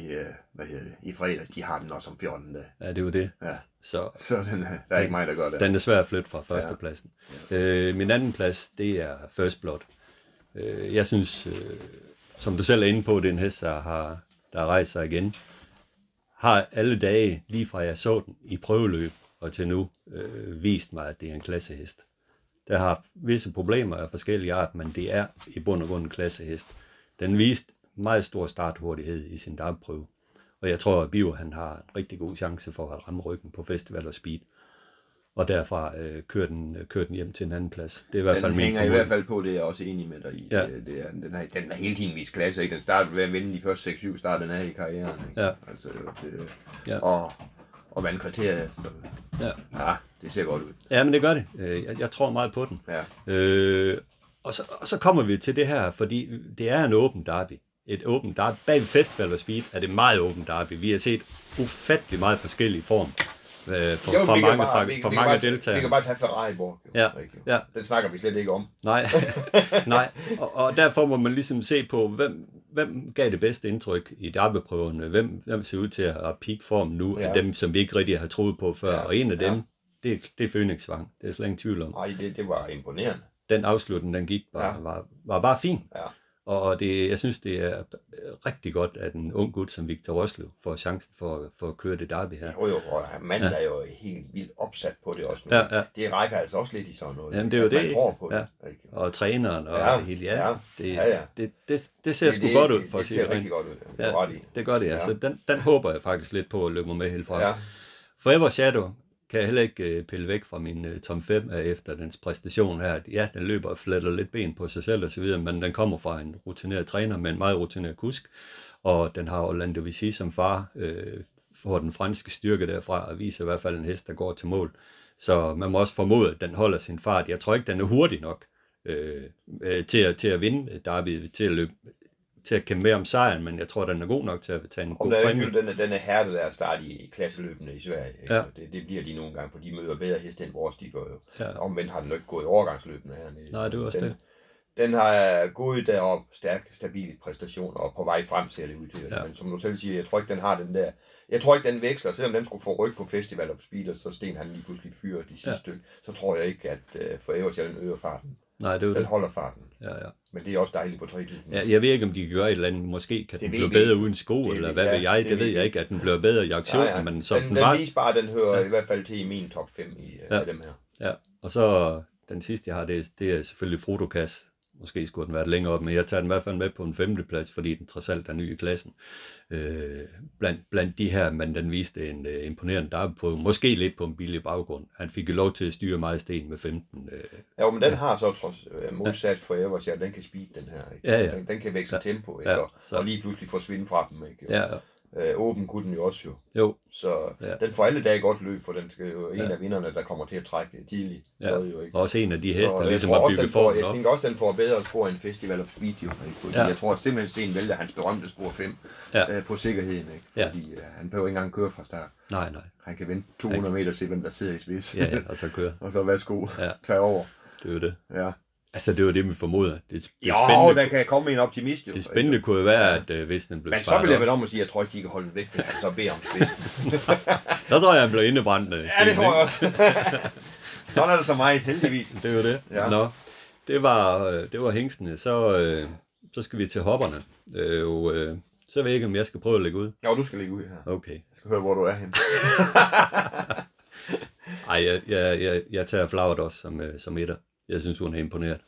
i fredags, de har den også om 14 dage. Ja, det er jo det. Ja. Så der er ikke mig, der gør det. Den er svær at flytte fra førstepladsen. Min anden plads, det er First Blood. Jeg synes, som du selv er inde på, det er en hest, der rejser sig igen. Har alle dage, lige fra jeg så den i prøveløb og til nu, vist mig, at det er en klassehest. Der har visse problemer af forskellige art, men det er i bund og grund en klassehest. Den viste meget stor starthurtighed i sin dartprøve. Og jeg tror, at Biver han har en rigtig god chance for at ramme ryggen på Festival of Speed. Og derfra kører den hjem til en anden plads. Det er i hvert fald min hænger i hvert fald på, det er jeg også enig med dig i. Ja. Den er hele tiden vist klasse, ikke? Den startede ved at vinde de første 6-7 starter den her i karrieren. Ikke? Ja. Altså, og vandkriterier. Ja, det ser godt ud. Ja, men det gør det. Jeg tror meget på den. Ja. Og så kommer vi til det her, fordi det er en åben derby. Et åbent derby. Bag Festival of Speed er det meget åbent derby. Vi har set ufattelig meget forskellige form for mange deltagere. Vi kan bare tage Ferrariborg. Ja. Den snakker vi slet ikke om. Nej. Og derfor må man ligesom se på, hvem gav det bedste indtryk i derbyprøverne. Hvem ser ud til at have peak-form nu af dem, som vi ikke rigtig har troet på før. Og en af dem, det er Phoenix Vang. Det er slet ingen tvivl om. Nej, det var imponerende. Den afslutning, den gik, var bare fin. Ja. Og jeg synes, det er rigtig godt, at en ung gut som Victor Røslev får chancen for at køre det derby her. Jo, og manden er jo helt vildt opsat på det også nu. Ja. Det rækker altså også lidt i sådan noget. Jamen, det er jo det. Man tror på det. Og træneren og det hele. Det ser sgu godt ud, for at sige det. Det ser rigtig godt ud. Det gør det, ja. Så den håber jeg faktisk lidt på at løbe med helt fra. Ja. Forever Shadow kan jeg heller ikke pille væk fra min Tom 5 efter dens præstation her. Ja, den løber og fletter lidt ben på sig selv og så videre, men den kommer fra en rutineret træner med en meget rutineret kusk, og den har Orlando Vici som far, for den franske styrke derfra, og viser i hvert fald en hest, der går til mål. Så man må også formode, at den holder sin fart. Jeg tror ikke, den er hurtig nok til at vinde derby, til at kæmpe med om sejren, men jeg tror, den er god nok til at tage en god præmie. Den er hærdet der at starte i klasseløbene i Sverige. Ja. Det bliver de nogle gange, for de møder bedre heste end vores, de går jo. Ja. Omvendt har den jo ikke gået i overgangsløbene hernede. Nej, det er også det. Den har gået derop, stærk, stabil præstation, og på vej frem ser det ud til. Ja. Men som du selv siger, jeg tror ikke, den har den der. Jeg tror ikke, den veksler, selvom den skulle få ryg på Festival of Speed, og så Sten han lige pludselig fyrer de sidste stykke, så tror jeg ikke, at Forever Shadow øger farten. Nej, det er den holder farten. Ja. Men det er også dejligt på 3.000. Ja, jeg ved ikke, om de kan gøre et eller andet. Måske kan den blive bedre uden sko, eller hvad ved jeg. Det ved jeg ikke, at den bliver bedre i aktionen. Men som den viser bare, at den hører i hvert fald til i min top 5 af dem her. Ja, og så den sidste, jeg har, det er selvfølgelig Frodo Kass. Måske skulle den være længere op, men jeg tager den i hvert fald med på en 5. plads, fordi den trods alt er ny i klassen. Blandt de her, men den viste en imponerende derby på, måske lidt på en billig baggrund. Han fik jo lov til at styre meget sten med 15. Ja, men den har så trods modsat Forever, så den kan speed, den her. Ikke? Ja. Den kan vækse tempo, ikke? Ja, og lige pludselig forsvinde fra dem. Ikke? Ja. Åben kunne den jo også. Jo. Så den får alle dage godt løb, for den skal jo en af vinderne, der kommer til at trække tidligt. Ja. Jo, ikke? Også en af de heste, og ligesom har bygget formen op. Jeg tænker også, den får bedre spor end Festival of Speed, jo. Ikke? Fordi jeg tror simpelthen, Sten vælger hans berømte spor 5 på sikkerheden. Ikke? Fordi han behøver ikke engang køre fra start. Nej. Han kan vente 200 meter til, hvem der sidder i spids. Ja, og så køre. Og så værsgo, tage over. Det er jo det. Ja. Altså, det var det, vi formoder. Det spændende, der kan komme en optimist, jo. Det spændende kunne jo være, at hvis den blev men så vil jeg vel om at sige, at jeg tror ikke, de kan holde den væk, hvis han så beder om spidsen. Der tror jeg, han blev indebrændt. Ja, det tror jeg også. Sådan er det så meget, heldigvis. Det var det. Ja. Nå, det var hængstene. Så skal vi til hopperne. Så ved jeg ikke, om jeg skal prøve at lægge ud. Jo, du skal lægge ud her. Okay. Jeg skal høre, hvor du er henne. Ej, jeg tager Flowert også som etter. Jeg synes, hun er imponeret.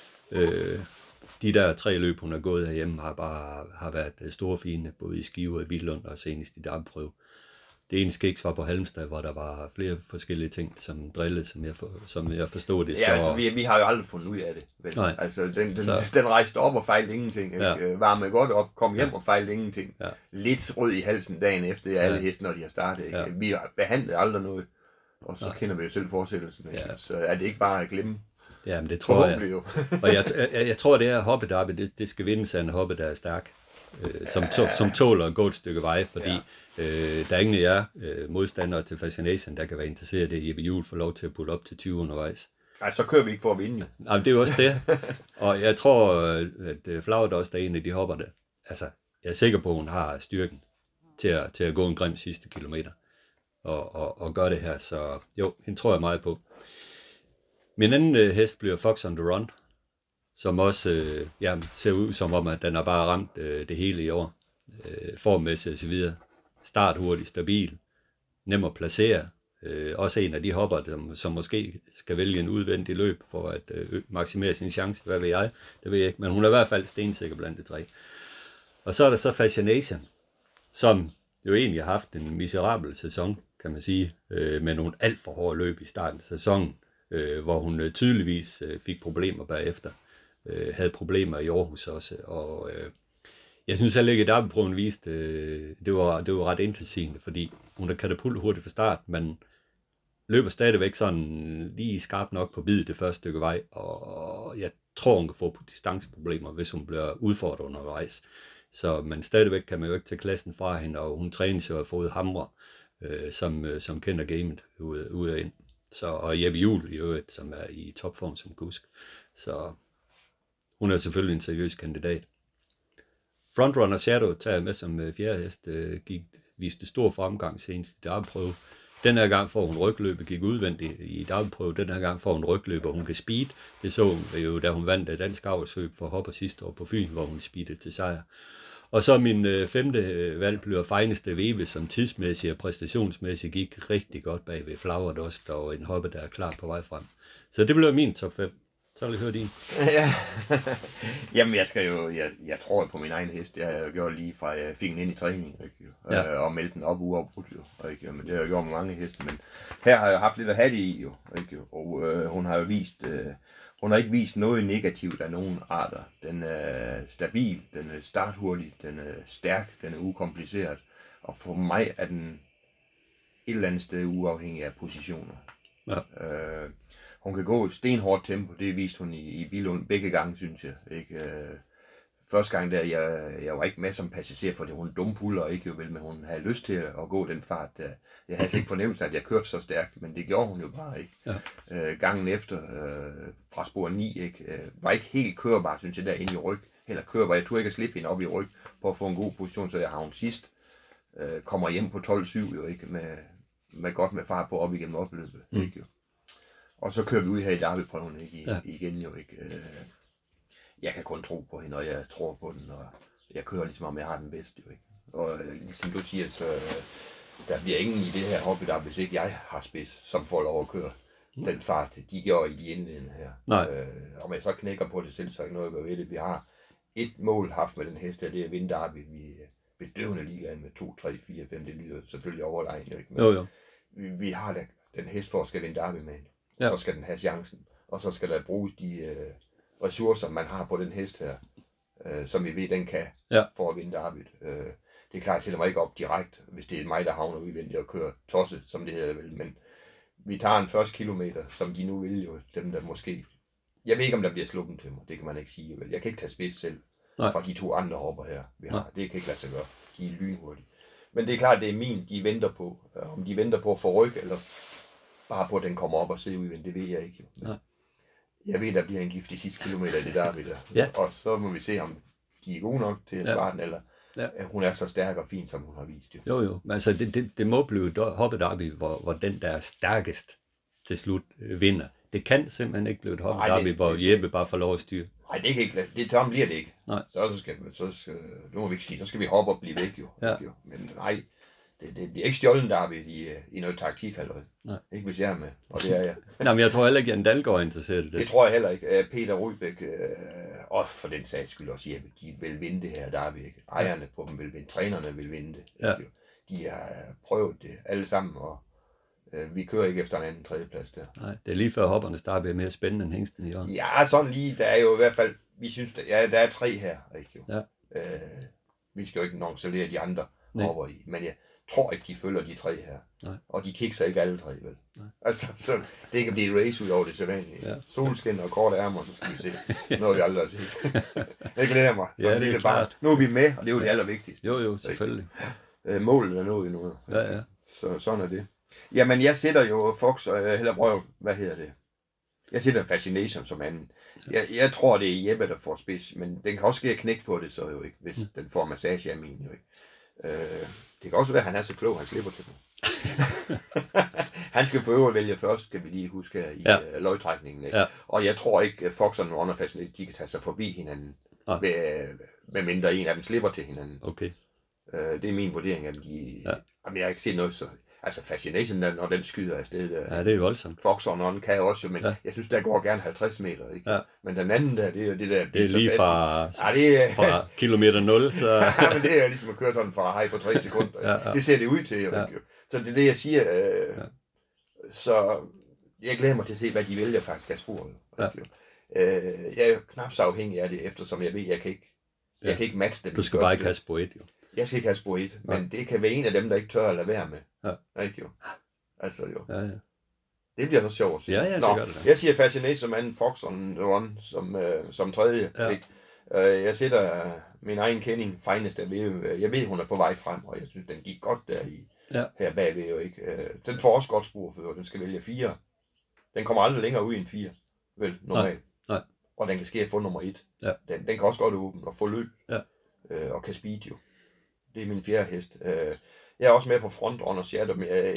De der 3 løb, hun har gået herhjemme, har været store fine, både i Skive og i Billund og senest i derbyprøve. Det ene skiks var på Halmstad, hvor der var flere forskellige ting, som drillede, som jeg forstod det. Ja, så... altså vi har jo aldrig fundet ud af det. Vel? Nej. Altså, den rejste op og fejlede ingenting. Ja. Varmede godt op, kom hjem og fejlede ingenting. Ja. Lidt rød i halsen dagen efter alle heste, når de har startet. Ja. Vi har behandlet aldrig noget, og så kender vi jo selv fortsættelsen. Ja. Så er det ikke bare at glemme. Ja, men det tror jeg. Og jeg tror, det her hoppe derby, det skal vindes af en hoppe, der er stærk. Som tåler at gå et stykke vej, fordi der er ingen af jer modstandere til Fascination, der kan være interesseret i, at Jeppe Juhl får lov til at putte op til 20 undervejs. Nej, så kører vi ikke for at vinde. Nej, det er jo også det. Og jeg tror, at Flowert også er en af de hopper der. Altså, jeg er sikker på, at hun har styrken til at gå en grim sidste kilometer og gøre det her. Så jo, hende tror jeg meget på. Min anden hest bliver Fox on the Run, som også ser ud som om, at den har bare ramt det hele i år. Formmæssigt og så videre. Start hurtigt, stabil, nem at placere. Også en af de hopper, som måske skal vælge en udvendig løb for at maksimere sin chance. Hvad ved jeg? Det ved jeg ikke, men hun er i hvert fald stensikker blandt de 3. Og så er der så Fascination, som jo egentlig har haft en miserabel sæson, kan man sige, med nogle alt for hårde løb i starten af sæsonen, hvor hun tydeligvis fik problemer bagefter. Havde problemer i Aarhus også, og jeg synes heller ikke, at derbyprøven viste, det var ret intensivt, fordi hun er katapult hurtigt fra start, men løber stadigvæk sådan lige skarpt nok på bid det første stykke vej, og jeg tror, hun kan få distanceproblemer, hvis hun bliver udfordret undervejs. Men stadigvæk kan man jo ikke tage klassen fra hende, og hun trænes jo at få hamre, som kender gamet ud og ind. Og Jeppe Juhl i øvrigt, som er i topform som kusk. Så hun er selvfølgelig en seriøs kandidat. Frontrunner Shadow tager jeg med som fjerde hest, viste stor fremgang senest i derbyprøve. Den her gang får hun rygløbet, gik udvendigt i derbyprøve. Den her gang får hun rygløbet, og hun kan speed. Det så hun jo, da hun vandt dansk avlsløb for hopper sidste år på Fyn, hvor hun speedede til sejr. Og så min 5. valg bliver Fineste Veve, som tidsmæssigt og præstationsmæssigt gik rigtig godt bag ved Flowert også, og en hoppe, der er klar på vej frem. Så det bliver min top 5. Så vil jeg høre din. Ja. Jamen, jeg tror på min egen hest. Jeg har gjort lige fra, jeg fik den ind i træning, og meldte den op uafbrudt, jo. Men det har jeg gjort med mange heste, men her har jeg haft lidt at have det i, jo. Ikke? Og hun har jo hun har ikke vist noget negativt af nogen arter. Den er stabil, den er starthurtig, den er stærk, den er ukompliceret, og for mig er den et eller andet sted uafhængig af positioner. Ja. Hun kan gå i stenhårdt tempo, det viste hun i Billund begge gange, synes jeg. Ikke? Første gang der, jeg var ikke med som passager, fordi hun dumpuller ikke jo vel, men hun havde lyst til at gå den fart. Jeg havde ikke fornemmelse, at jeg kørte så stærkt, men det gjorde hun jo bare ikke. Ja. Gangen efter fra spor 9 ikke, var ikke helt kørbar, synes jeg, derinde i ryg. Eller kørbar, jeg turde ikke at slippe hende op i ryg for at få en god position, så jeg har hun sidst. Kommer hjem på 12-7 jo ikke, med godt med fart på op igennem opløbet. Ikke jo. Og så kører vi ud her i derbyprøven igen jo ikke. Jeg kan kun tro på hende, og jeg tror på den, og jeg kører ligesom om jeg har den bedste jo ikke. Og ligesom du siger, så der bliver ingen i det her hobby, der hvis ikke jeg har spids, som får lov at køre. den fart, de gjorde i de indledende her. Nej. Om jeg så knækker på det selv, så er ikke noget at gøre ved det. Vi har et mål haft med den hest, det er at vinde Derby. Vi er bedøvende ligeglade med 2, 3, 4, 5, det lyder selvfølgelig overlegen, ikke? Men Jo. vi har da den hest for at skal vinde Derby med. Ja. Så skal den have chancen, og så skal der bruges de ressourcer, man har på den hest her, som vi ved, den kan for at vinde Derby. Det er klart, jeg sætter mig ikke op direkte, hvis det er mig, der havner udvendigt og kører tosset, som det hedder vel, men vi tager en første kilometer, som de nu vil jo, dem der måske... Jeg ved ikke, om der bliver sluppen til mig, det kan man ikke sige, vel. Jeg kan ikke tage spids selv fra de 2 andre hopper her, vi har. Det kan ikke lade sig gøre, de er lynhurtige. Men det er klart, det er min, de venter på. Om de venter på at få ryg, eller bare på, at den kommer op og ser udvendigt, det ved jeg ikke. Jo. Jeg ved, der bliver en gift de sidste kilometer i det der. Ja. Og så må vi se, om de er gode nok til at svare den, eller hun er så stærk og fin, som hun har vist. Jo. Men altså, det må blive hoppet Derby, hvor den, der er stærkest til slut, vinder. Det kan simpelthen ikke blive et hoppet Derby, hvor Jeppe bare får lov at styre. Nej, det kan ikke. Det sådan bliver det ikke. Nej. Så skal nu må vi ikke sige, så skal vi hoppe og blive væk jo. Ja. Men nej, det bliver ikke stjålen Derby i noget taktik allerede. Nej. Ikke hvis jeg er med, og det er jeg. Nej, men jeg tror heller ikke, at Jan Dahlgaard er interesseret i det. Det tror jeg heller ikke. Peter Rudbæk, og for den sags skyld også Jeppe, de vil vinde det her Derby, ikke? Ejerne på dem vil vinde, trænerne vil vinde det. Ja. De har prøvet det alle sammen, og vi kører ikke efter en anden tredjeplads der. Nej, det er lige før hoppernes Derby er mere spændende end hængsten i år. Ja, sådan lige, der er jo i hvert fald, vi synes, der er 3 her, ikke jo? Ja. Vi skal jo ikke nonchalere de andre hopper i, men jeg tror ikke, de følger de 3 her. Nej. Og de kikser ikke alle 3, vel? Nej. Altså, så det kan blive et race ud over det sædvanlige. Ja. Solskin og korte ærmer, så skal vi se. Noget vi aldrig har set. Det glæder mig. Ja, det er klart. Nu er vi med, og det er jo det allervigtigste. Jo, selvfølgelig. Målet er nået endnu. Ja. Så sådan er det. Jamen, jeg sætter jo Fox og Hellerbrøv, hvad hedder det? Jeg sætter Fascination som anden. Jeg tror, det er Jeppe, der får spids, men den kan også ske at knække på det, så jo ikke, hvis den får massage af min, jo ikke. Det kan også være, at han er så klog, han slipper til den. Han skal prøve at vælge først, skal vi lige huske her i løgtrækningen. Ikke? Ja. Og jeg tror ikke, at Fox og Runner Fascination, de kan tage sig forbi hinanden, med mindre en af dem slipper til hinanden. Okay. Det er min vurdering, at jamen, jeg har ikke set noget så... Altså Fascination, når den skyder afsted. Ja, det er voldsomt. Fox og Non kan også, men jeg synes, der går gerne 50 meter, ikke? Ja. Men den anden der, det er det der... Det er lige fra kilometer 0, så... Ja, men det er ligesom at køre sådan fra hej på 3 sekunder. Det ser det ud til, jo. Så det er det, jeg siger. Så jeg glæder mig til at se, hvad de vælger faktisk af sporet. Jeg er jo knap så afhængig af det, eftersom jeg ved, jeg kan ikke matche dem. Du skal bare ikke have spor 1, jo. Jeg skal ikke have spor 1, men det kan være en af dem, der ikke tør at lade være med. Ja. Ikke jo? Altså jo. Ja. Det bliver så sjovt. Ja, det gør det da. Jeg siger Fascination som anden, Fox on the Run som tredje. Ja. Ikke? Jeg sætter min egen kending, Finest af ved. Jeg ved, hun er på vej frem, og jeg synes, den gik godt der her bagved jo ikke. Den får også godt spor for, den skal vælge 4. Den kommer aldrig længere ud end 4, vel, normalt. Nej. Og den kan ske at få nummer 1. Ja. Den kan også godt åbne og få løb. Ja. Og kan speed jo. Det er min 4. hest. Jeg er også med på frontrunner, Shadow,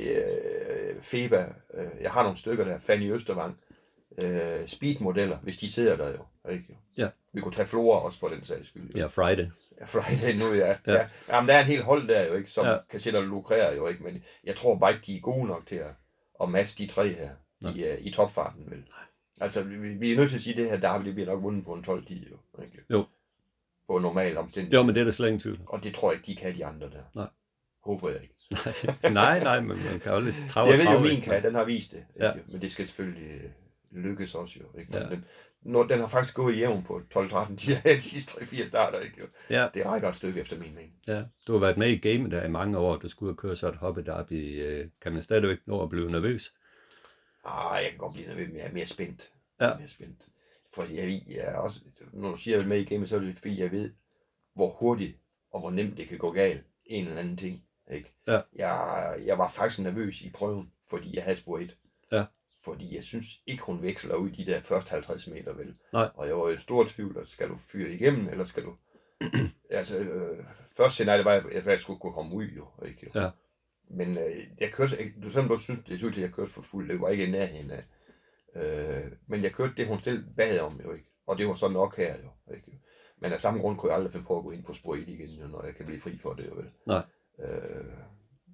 Feba. Jeg har nogle stykker der. Fanny Østervang. Speedmodeller, hvis de sidder der jo. Ikke? Ja. Vi kunne tage Flora også på den sags skyld. Jo. Ja, Friday. Friday nu, ja. Jamen, der er en hel hold der jo, ikke, som kan sætte og lukrere jo, ikke. Men jeg tror bare ikke, de er gode nok til at matche de 3 her i topfarten, vel. Altså, vi er nødt til at sige, at det her Derby, det bliver nok vundet på en 12-10, jo. Ikke? Jo. På normal omstændighed. Jo, men det er der slet ingen tvivl. Og det tror jeg ikke, de kan de andre der. Nej. Håber jeg ikke. nej, men man kan jo lidt trave. Jeg ved jo, min kan, den har vist det. Ja. Men det skal selvfølgelig lykkes også jo. Ikke? Ja. Den har faktisk gået jævn på 12-13 de sidste 3-4 starter. Ikke? Ja. Det rækker et stykke efter min mening. Ja, du har været med i gamet der i mange år. Du skulle have kørt så et hoppet Derby. Kan man stadigvæk nå at blive nervøs? Jeg kan godt blive nervøs, men jeg er mere spændt. Ja. Mere spændt. For jeg er også, når du siger, at med i gamet, så er det fordi, jeg ved, hvor hurtigt og hvor nemt det kan gå galt. En eller anden ting. Ikke? Ja. Jeg var faktisk nervøs i prøven, fordi jeg havde spor 1. Ja. Fordi jeg synes ikke, hun veksler ud de der første 50 meter, vel? Nej. Og jeg var i stor tvivl, skal du fyre igennem, eller skal du... altså, første scenarie var, at jeg skulle kunne komme ud, jo. Ikke? Ja. Men jeg kørte... Du synes, det så ud til, at jeg kørte for fuld. Det var ikke i nærheden af. Men jeg kørte det, hun selv bad om, jo ikke? Og det var så nok her, jo. Ikke? Men af samme grund kunne jeg aldrig finde på at gå ind på spor 1 igen, jo, når jeg kan blive fri for det, jo vel? Nej.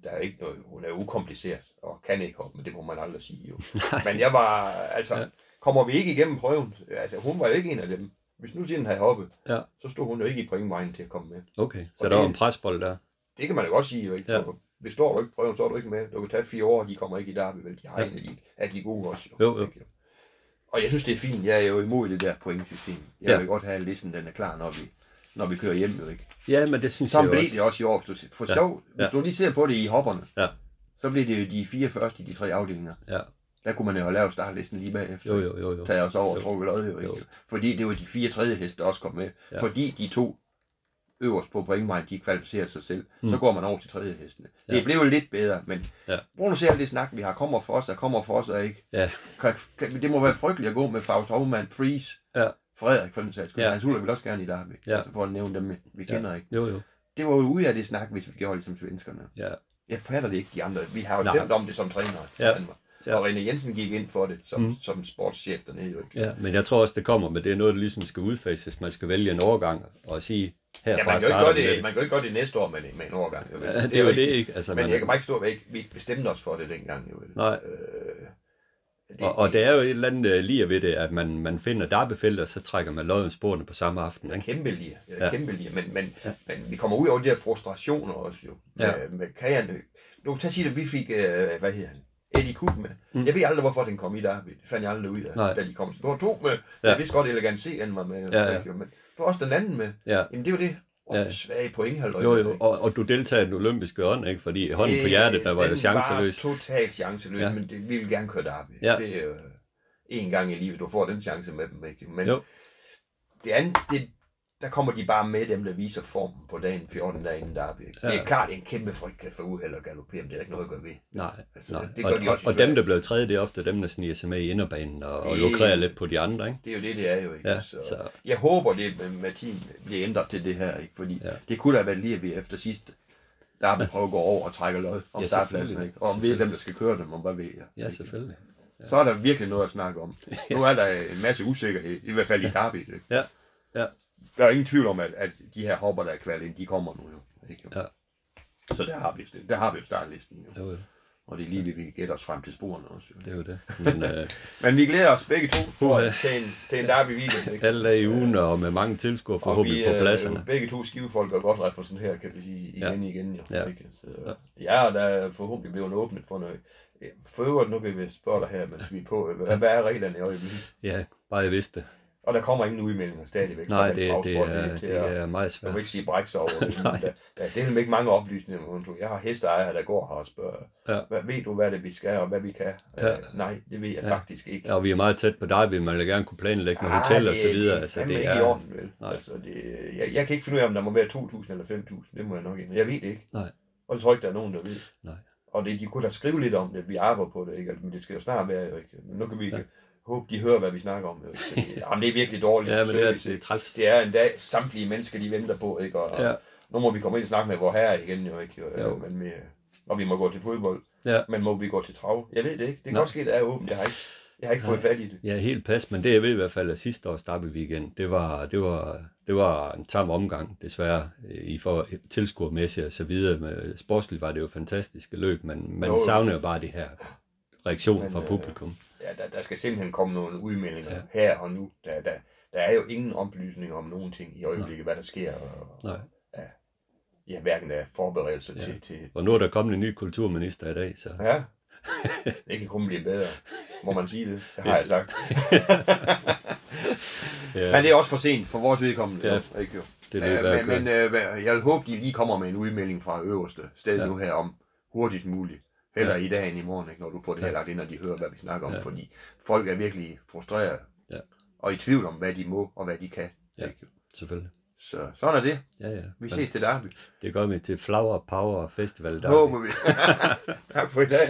der er ikke noget, hun er ukompliceret, og kan ikke hoppe, men det må man aldrig sige jo. Men jeg var, altså, kommer vi ikke igennem prøven, altså hun var jo ikke en af dem. Hvis nu siden havde hoppet, så stod hun jo ikke i pointvejen til at komme med. Okay, så der var en presbold der. Det kan man jo godt sige, jo ikke? Hvis står du ikke prøven, så er du ikke med. Du kan tage 4 år, og de kommer ikke i Derby, vel? De har en af de gode også. Jo. Og jeg synes, det er fint. Jeg er jo imod det der pointsystem. Jeg vil godt have, at listen den er klar, når vi kører hjem, jo ikke? Ja, men det synes jeg også. Så blev det også i år. For sjov, hvis du lige ser på det i hopperne, så blev det jo de 4 første i de 3 afdelinger. Ja. Der kunne man jo have lavet startlisten lige bagefter. Jo. Tage os over og trukket lod, jo ikke? Fordi det var de 4 tredje heste, der også kom med. Ja. Fordi de 2 øverst på pointvejen, de kvalificerer sig selv. Så går man over til tredje hestene. Det blev jo lidt bedre, men prøv nu at se alt det snak, vi har. Kommer for os og ikke. Ja. Det må være frygteligt at gå med Faust Hovmand, Friis, Frederik for den sags skyld. Hans Uller vil også gerne i Derby, for at nævne dem, vi kender ikke. Jo. Det var jo ude af det snak, hvis vi gjorde ligesom svenskerne. Ja. Jeg fatter det ikke, de andre. Vi har jo stemt om det som trænere. Ja. Og René Jensen gik ind for det som sportschef dernede. Jo ikke. Ja, men jeg tror også, det kommer med, det er noget, der ligesom skal udfases. Man skal vælge en overgang og sige, herfra starter det. Man kan jo ikke gøre det næste år med en overgang. Jo. Ja, det er jo det ikke. Altså, men jeg kan bare ikke stå, at vi ikke bestemte os for det dengang. Jo. Nej. Og det er jo et eller andet lige ved det, at man finder Derbyfelter, så trækker man lodden sporene på samme aften. Ikke? Kæmpe lige. Men vi kommer ud over de her frustrationer også jo. Med kagerne. Nu kan sige, at vi fik, hvad hedder han? Eddie Cook med. Jeg ved aldrig, hvorfor den kom i Derby. Det fandt jeg aldrig ud af, da de kom. Du har 2 med. Jeg vidste godt, Elegant C var med. Men du har også den anden med. Jamen, det er jo det. Svage pointhalvøj. Jo, og du deltager i den olympiske ånd, ikke? Fordi hånden på hjertet, der var jo chanceløs. Den var totalt chanceløs, men vi vil gerne køre Derby. Det er jo en gang i livet, du får den chance med dem, ikke? Men det andet, der kommer de bare med dem, der viser formen på dagen 14 dage inden Derby. Det er klart, det er en kæmpe frygt kan få uheld og galoppere, men det er ikke noget at gøre ved. Nej. Det gør de også og dem, der blev tredje, det er ofte dem, der sniger sig med i inderbanen og lukrerer lidt på de andre, ikke? Det er jo det er jo, ikke? Så jeg håber, det med team bliver ændret til det her, ikke? Fordi det kunne da være lige, at vi efter sidste Derby prøver at gå over og trække lod om startpladsen, ikke? Og ved dem, der skal køre dem, og hvad ved jeg. Ja, selvfølgelig. Så er der virkelig noget at snakke om. Nu er der en masse usikkerhed, i hvert fald i Derby, ikke? Ja. Der er ingen tvivl om, at de her hopper, der er kvalt ind, de kommer nu jo. Ikke? Ja. Så der har vi jo startlisten jo. Og det er lige, vi kan gætte os frem til sporene også. Jo. Det er jo det. Men vi glæder os begge to til en Derby weekend. Ikke? Alle dage i ugen og med mange tilskuere forhåbentlig på pladserne. Og begge to skivefolk er godt repræsenteret, kan vi sige, igen. Jo. Ja. Ikke? Så, og der er forhåbentlig blevet åbnet for noget. For øvrigt, nu kan vi spørge dig her, mens vi er på. Hvad er reglerne i øjeblikket? Ja, bare jeg vidste det. Og der kommer ingen udmeldinger stadigvæk. Nej, det er meget svært. Du må ikke sige bræk sig over. Det er ikke mange oplysninger. Jeg har hesteejere, der går her og spørger, ved du, hvad det vi skal, og hvad vi kan? Nej, det ved jeg faktisk ikke. Ja, og vi er meget tæt på dig, man vil gerne kunne planlægge med hotel og så videre. Altså, det er ikke i orden, vel? Altså, jeg kan ikke finde ud af, om der må være 2.000 eller 5.000. Det må jeg nok ikke. Jeg ved det ikke. Nej. Og det tror ikke, der er nogen, der ved. Nej. Og de kunne da skrive lidt om det. Vi arbejder på det, ikke? Men det skal jo snart være, jo ikke? Men nu kan vi håbe, de hører, hvad vi snakker om. Jamen, det er virkelig dårligt. Ja, men det er træls. Det er en dag, samtlige mennesker, de venter på, ikke? Og nu må vi komme ind og snakke med vor herre igen, jo ikke? Og vi må gå til fodbold. Ja. Men må vi gå til trav? Jeg ved det ikke. Det kan godt ske, det er åbent. Jeg har ikke fået fat i det. Ja, helt pas. Men det jeg ved i hvert fald, at sidste års Derby weekend, det var en tam omgang, desværre, i for tilskuermæssigt og så videre. Med sportsligt var det jo fantastiske løb, men man savner jo bare det her reaktion fra publikum. Ja, der skal simpelthen komme nogle udmeldinger her og nu. Der er jo ingen oplysninger om nogen ting i øjeblikket, hvad der sker. Hverken der er forberedelser til... Og nu er der kommet en ny kulturminister i dag, så... Ja, det kan kun blive bedre. Må man sige det? Det har jeg sagt. Men det er også for sent for vores vedkommende. Ja, ikke jo. Men jeg vil håbe, de lige kommer med en udmelding fra øverste sted nu her om hurtigst muligt. Heller i dag end i morgen, ikke, når du får det her lagt ind, og de hører, hvad vi snakker om. Fordi folk er virkelig frustreret og i tvivl om, hvad de må og hvad de kan. Ja, selvfølgelig. Så sådan er det. Ja. Vi ses til Derby. Det gør vi til Flower Power Festival Derby. Håber vi. Tak for i dag.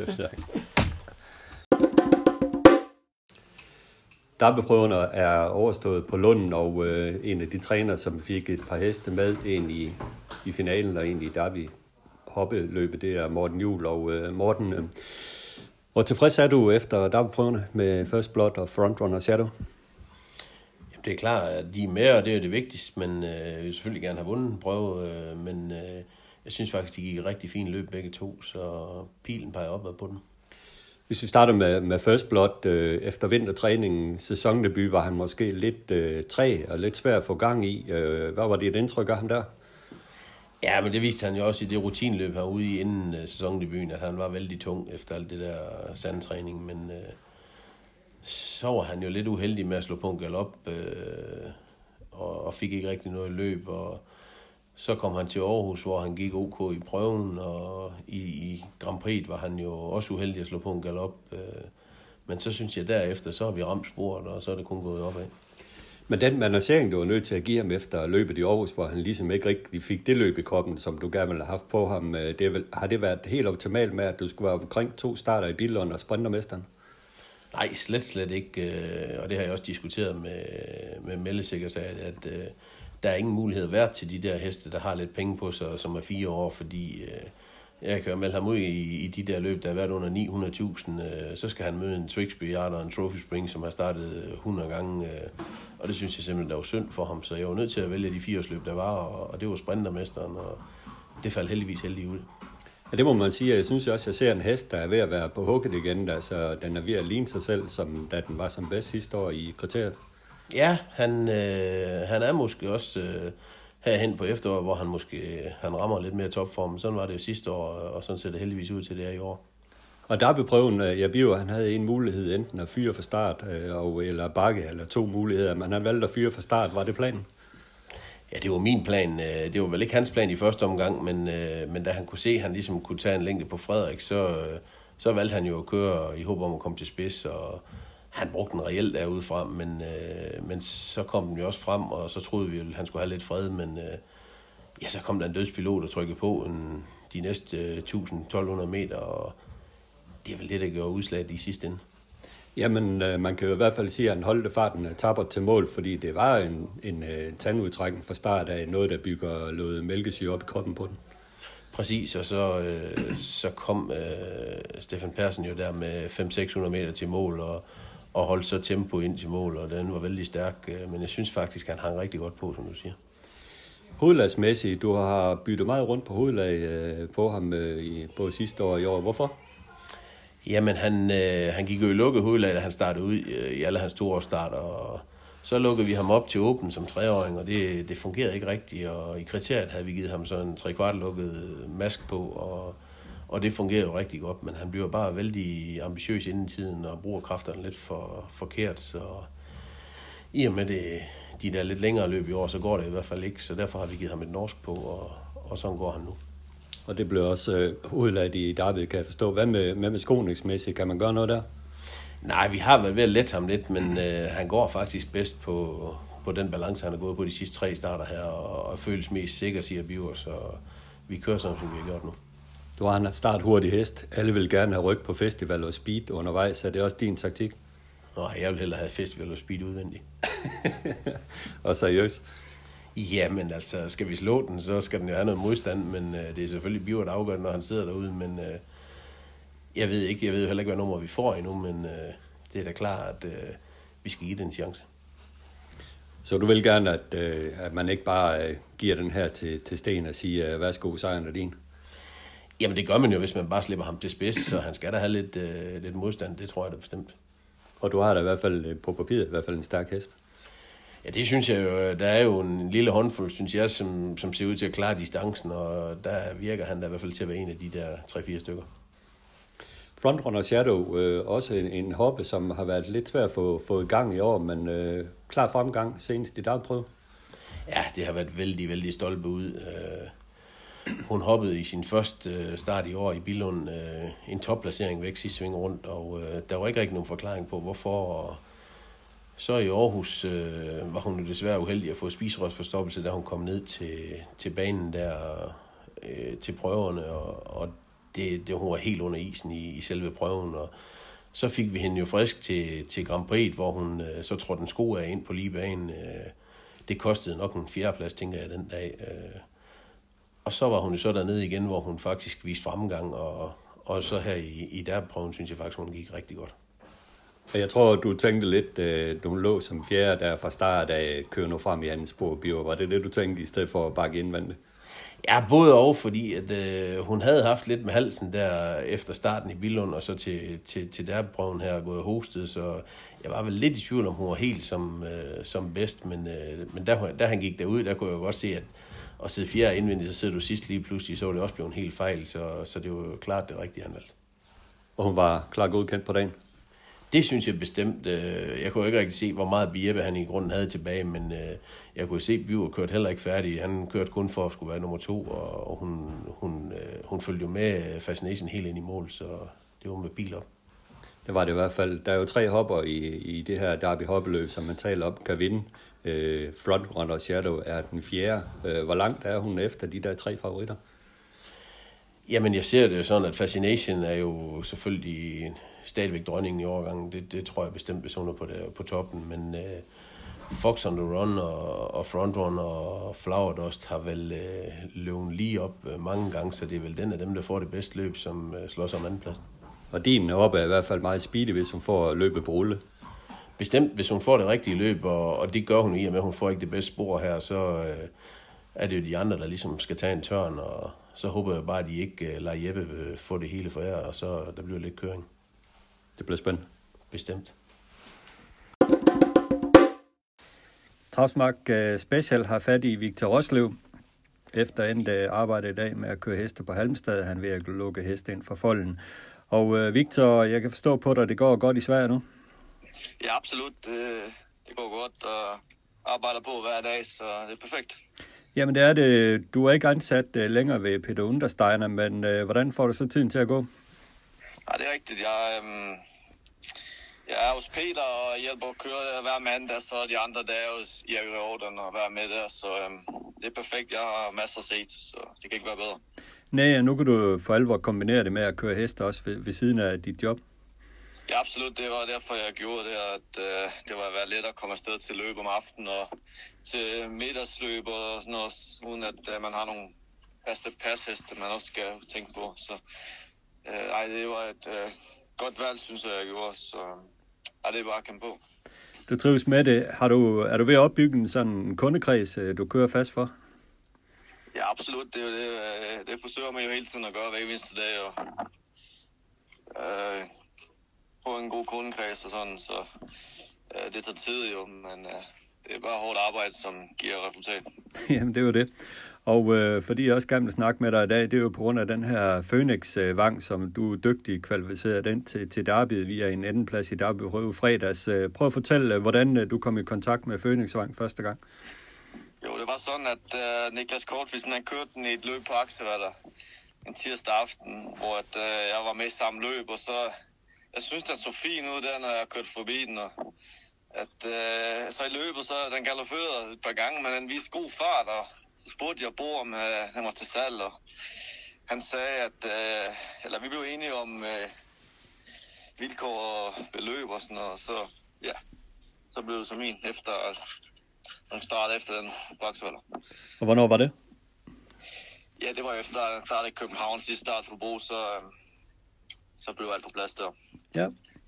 Derbyprøverne er overstået på Lunden, og en af de trænere, som fik et par heste med, en i finalen og en i Derby hoppeløbet, det er Morten Juhl. Og Morten, hvor tilfreds er du efter Derbyprøverne med First Blood og Frontrunner Shadow? Jamen, det er klart, at de er med, og det er det vigtigste, men jeg vil selvfølgelig gerne have vundet en prøve, men jeg jeg synes faktisk, de gik et rigtig fint løb begge to, så pilen peger opad på den. Hvis vi starter med First Blood, efter vintertræningen, sæsondebut, var han måske lidt træg og lidt svær at få gang i. Hvad var det et indtryk af ham der? Ja, men det viste han jo også i det rutinløb herude i inden sæsondebuten, at han var vældig tung efter alt det der sandtræning, men så var han jo lidt uheldig med at slå på en galop, og fik ikke rigtig noget løb, og så kom han til Aarhus, hvor han gik OK i prøven, og i Grand Prix var han jo også uheldig at slå på en galop, men så synes jeg derefter, så har vi ramt sporet, og så er det kun gået opad. Men den managering, du var nødt til at give ham efter løbet i Aarhus, hvor han ligesom ikke rigtig fik det løb i kroppen, som du gerne ville have haft på ham, har det været helt optimalt med, at du skulle være omkring 2 starter i Billund og sprintermesteren? Nej, slet ikke, og det har jeg også diskuteret med Mellesekretariat, at der er ingen mulighed værd til de der heste, der har lidt penge på sig, som er 4 år, fordi jeg kan jo melde ham ud i de der løb, der har været under 900.000, så skal han møde en Twixby Yard og en Trophy Spring, som har startet 100 gange, og det synes jeg simpelthen, der var synd for ham, så jeg var nødt til at vælge de 4 løb, der var, og det var sprintermesteren, og det faldt heldigvis heldigt ud. Ja, det må man sige. Jeg synes også, jeg ser en hest, der er ved at være på hugget igen. Altså, den er ved at ligne sig selv, som da den var som bedst sidste år i kriteriet. Ja, han er måske også herhen på efteråret, hvor han rammer lidt mere topform. Sådan var det jo sidste år, og sådan ser det heldigvis ud til det her i år. Og der blev prøven, Jabir, han havde en mulighed, enten at fyre fra start, eller bakke, eller 2 muligheder. Men han valgte at fyre fra start. Var det planen? Ja, det var min plan. Det var vel ikke hans plan i første omgang, men da han kunne se, at han ligesom kunne tage en længde på Frederik, så valgte han jo at køre i håb om at komme til spids, og han brugte den reelt derudefra, men så kom den jo også frem, og så troede vi, at han skulle have lidt fred, men så kom der en dødspilot og trykkede på de næste 1000-1200 meter, og det er vel det, der gjorde udslaget i sidste ende. Jamen, man kan jo i hvert fald sige, at han holdt farten tapper til mål, fordi det var en tandudtrækning fra start af noget, der bygger noget mælkesyre op i kroppen på den. Præcis, og så kom Stefan Persson jo der med 500-600 meter til mål, og holdt så tempo ind til mål, og den var vældig stærk, men jeg synes faktisk, at han hang rigtig godt på, som du siger. Hovedlagsmæssigt, du har byttet meget rundt på hovedlag på ham både sidste år og i år. Hvorfor? Jamen, han gik jo i lukket hovedlag, da han startede ud i alle hans 2-årsstart, og så lukkede vi ham op til åben som 3-åring, og det fungerede ikke rigtigt, og i kriteriet havde vi givet ham sådan en 3/4 lukket mask på, og det fungerede jo rigtig godt, men han bliver bare vældig ambitiøs inden tiden, og bruger kræfterne lidt forkert, så i og med de der lidt længere løb i år, så går det i hvert fald ikke, så derfor har vi givet ham et norsk på, og sådan går han nu. Og det blev også udladt i David, kan jeg forstå. Hvad med skoningsmæssigt? Kan man gøre noget der? Nej, vi har været ved at lette ham lidt, men han går faktisk bedst på den balance, han har gået på de sidste 3 starter her, og føles mest sikker, siger Biver, så vi kører sådan, som vi har gjort nu. Du har en starthurtig hest. Alle vil gerne have ryg på festival og speed undervejs. Er det også din taktik? Nej, jeg vil hellere have festival og speed udvendigt. Og seriøst? Jamen altså, skal vi slå den, så skal den jo have noget modstand, men det er selvfølgelig Biver, der afgør det, når han sidder derude, men jeg ved jo heller ikke, hvad nummer vi får endnu, men det er da klart, at vi skal give den en chance. Så du vil gerne, at man ikke bare giver den her til Sten og siger, værsgo, sejren er din? Jamen det gør man jo, hvis man bare slipper ham til spids, så han skal da have lidt modstand, det tror jeg da bestemt. Og du har da i hvert fald på papiret i hvert fald en stærk hest. Ja, det synes jeg jo. Der er jo en lille håndfuld, synes jeg, som ser ud til at klare distancen, og der virker han da i hvert fald til at være en af de der 3-4 stykker. Frontrunner Shadow, også en hoppe, som har været lidt svært at få i gang i år, men klar fremgang senest i dagprøve. Ja, det har været vældig, vældig stolpe ud. Hun hoppede i sin første start i år i Billund en topplacering væk sidste sving rundt, og der var ikke rigtig nogen forklaring på, hvorfor. Og så i Aarhus var hun jo desværre uheldig at få spiserørsforstoppelse, da hun kom ned til banen der til prøverne, og hun var helt under isen i selve prøven, og så fik vi hende jo frisk til Grand Prix, hvor hun så trådte en sko af ind på lige banen. Det kostede nok en 4. plads, tænker jeg, den dag. Og så var hun jo så dernede igen, hvor hun faktisk viste fremgang, og så her i derprøven, synes jeg faktisk, hun gik rigtig godt. Jeg tror, du tænkte lidt, da hun lå som 4. der fra start af køre nu frem i anden spor, Biver. Var det du tænkte, i stedet for at bakke indvendigt? Ja, både og, fordi at, hun havde haft lidt med halsen der efter starten i Billund, og så til derprøven her gået hostet, så jeg var vel lidt i tvivl om, hun var helt som bedst, men da han gik derud, der kunne jeg jo godt se, at sidde fjerde indvendigt, så sidder du sidst lige pludselig, så var det også blevet en helt fejl, så det var jo klart det rigtige, han valgte. Og hun var klar godkendt på dagen? Det synes jeg bestemt. Jeg kunne ikke rigtig se, hvor meget Bieppe han i grunden havde tilbage, men jeg kunne se, at Biver kørte heller ikke færdig. Han kørte kun for at skulle være nummer 2, og hun følte jo med Fascination helt ind i mål, så det var med bil op. Det var det i hvert fald. Der er jo 3 hopper i det her Derby hoppeløb, som man taler om kan vinde. Frontrunner Shadow er den 4. Hvor langt er hun efter de der 3 favoritter? Jamen, jeg ser det jo sådan, at Fascination er jo selvfølgelig stadigvæk dronningen i årgangen. Det tror jeg bestemt, hvis hun er på toppen. Men Fox on the Run og Frontrunner og Flower Dust har vel løbet lige op mange gange, så det er vel den af dem, der får det bedste løb, som slås om andenpladsen. Og din oppe er i hvert fald meget speedy, hvis hun får løbet på rulle. Bestemt, hvis hun får det rigtige løb, og det gør hun i og med, at hun får ikke det bedste spor her, så er det jo de andre, der ligesom skal tage en tørn, og så håber jeg bare, at de ikke lader Jeppe få det hele for jer, og så der bliver lidt køring. Det bliver spændende. Bestemt. Travsmark Special har fat i Victor Roslev. Efter endt arbejde i dag med at køre heste på Halmstad, han ved at lukke heste ind for folden. Og Victor, jeg kan forstå på dig, det går godt i Sverige nu? Ja, absolut. Det går godt, og arbejder på hver dag, så det er perfekt. Jamen det er det. Du er ikke ansat længere ved Peter Understeiner, men hvordan får du så tiden til at gå? Ja, det er rigtigt. Jeg er hos Peter og hjælper at køre hver mandag, så de andre dage hos Erik Røden og være med der, så det er perfekt. Jeg har masser at se, så det kan ikke være bedre. Nej, nu kan du for alvor kombinere det med at køre heste også ved siden af dit job. Ja, absolut. Det var derfor, jeg gjorde det, at det var være let at komme afsted til løb om aftenen og til middagsløb og sådan noget, uden at man har nogle faste pasheste, man også skal tænke på. Så det var et godt valg, synes jeg gjorde, så det er bare at kæmpe på. Du trives med det. Er du ved at opbygge en sådan kundekreds, du kører fast for? Ja, absolut. Det forsøger man jo hele tiden at gøre hver eneste dag, og få en god kundekreds og sådan, så det tager tid jo, men det er bare hårdt arbejde, som giver resultat. Jamen, det er jo det. Og fordi jeg også gerne vil snakke med dig i dag, det er jo på grund af den her Phoenix-vang, som du dygtigt kvalificerede den til Derby via en andenplads i Derby Røve fredags. Prøv at fortælle, hvordan du kom i kontakt med Phoenix-vang første gang. Jo, det var sådan, at Niklas Kortfisen, han kørte den i et løb på Aksevatter en tirsdag aften, hvor jeg var med i samme løb, og så jeg synes, den så fin ud der, når jeg kørte forbi den, og så i løbet, så den galopperede et par gange, men den viste god fart, og så spurgte jeg Bo, om han var til salg, og han sagde, at vi blev enige om vilkår og beløb og sådan noget, og så blev det så min efter den Baksvalder. Og hvornår var det? Ja, det var efter at starte i København sidste start for Bo, så blev alt på plads der. Ja.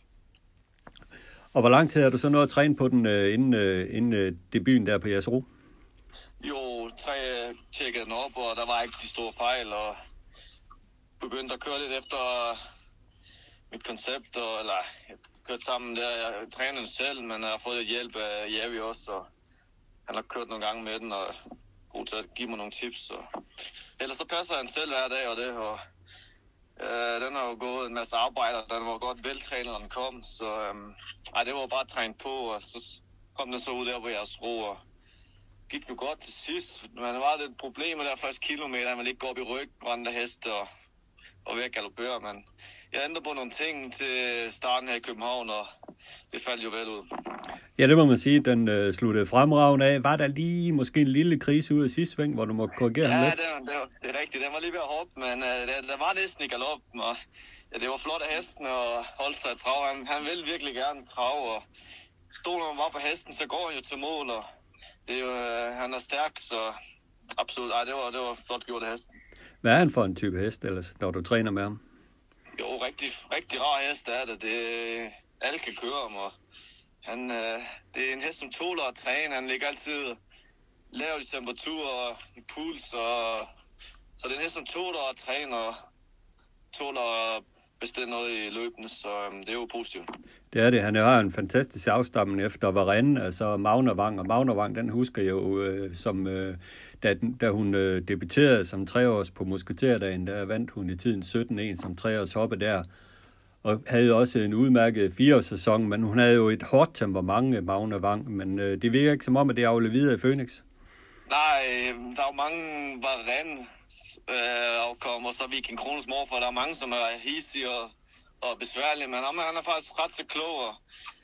Og hvor lang tid har du så nået at træne på den inden debuten der på Jersero? Jo, 3 tjekkede den op, og der var ikke de store fejl, og begyndte at køre lidt efter mit koncept, eller jeg kørte sammen der. Jeg trænede den selv, men jeg har fået lidt hjælp af Javi også, og han har kørt nogle gange med den, og er god til at give mig nogle tips. Og ellers så passer han selv hver dag, og den har jo gået en masse arbejde, og den var godt veltrænet, når den kom. Så det var bare trænet på, og så kom den så ud der på Jersero, og gik jo godt til sidst. Men der var lidt problemer der første kilometer, at man ikke går op i ryg, brændte heste og ved at galoppere. Men jeg ændrede på nogle ting til starten her i København, og det faldt jo vel ud. Ja, det må man sige. Den sluttede fremragende af. Var der lige måske en lille krise ud af sidste sving, hvor du må korrigere ham lidt? Ja, det er rigtigt. Den var lige ved at hoppe, men der var næsten i galop. Og det var flot af hesten at holde sig i trav. Han ville virkelig gerne trav, og stod når man var på hesten, så går han jo til mål, og det er jo, han er stærk, så absolut. Det var flot gjort af hesten. Hvad er han for en type hest, ellers, når du træner med ham? Jo, rigtig rar hest er det. Alle kan køre ham, og det er en hest, som tåler at træne. Han ligger altid lavt i temperatur og i puls, og Så det er næsten tåler at træne og tåler at bestille noget i løbende, så det er jo positivt. Det er det. Han har en fantastisk afstamning efter Varenne, altså Magnavang. Og Magnavang, den husker jeg jo, som da hun debuterede som 3-års på Musketerdagen, der vandt hun i tiden 17-1 som 3-års hoppe der. Og havde også en udmærket 4-årssæson, men hun havde jo et hårdt temperament, Magnavang. Men det virker ikke som om, at det er aflevet videre i Phoenix. Nej, der er jo mange Varenne afkommer, og så Viking Kronos morfar. Der er mange, som er hissige og besværlige, men han er faktisk ret så klog, og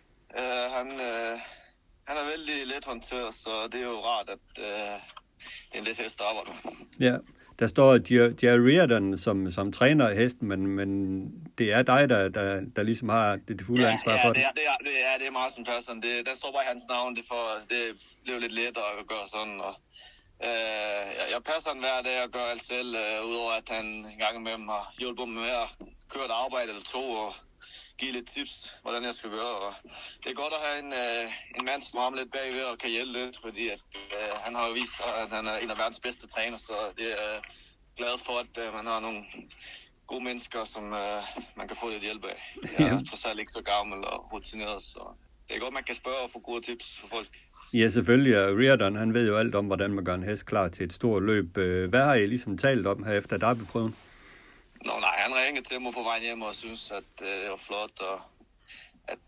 han er vældig let håndteret, så det er jo rart, at det er en let hest at arbejde med. Ja, der står Jerry Reardon som træner i hesten, men det er dig, der ligesom har det fulde ansvar for det. Ja, det er meget som passer. Den står bare i hans navn, det blev lidt lettere at gøre sådan, og jeg passer den hver dag og gør alt selv, udover at han en gang imellem har hjulpet mig med at køre et arbejde eller to og give lidt tips, hvordan jeg skal gøre. Og det er godt at have en mand som ham lidt bagved og kan hjælpe lidt, fordi han har jo vist, at han er en af verdens bedste træner, så det er glad for, at man har nogle gode mennesker, som man kan få lidt hjælp af. Jeg er trods alt ikke så gammel og rutineret, så det er godt, man kan spørge og få gode tips for folk. Ja, selvfølgelig. Og Reardon, han ved jo alt om, hvordan man gør en hest klar til et stort løb. Hvad har I ligesom talt om her efter derbyprøven? Nej, han ringede til mig på vejen hjem og synes, at det var flot, og at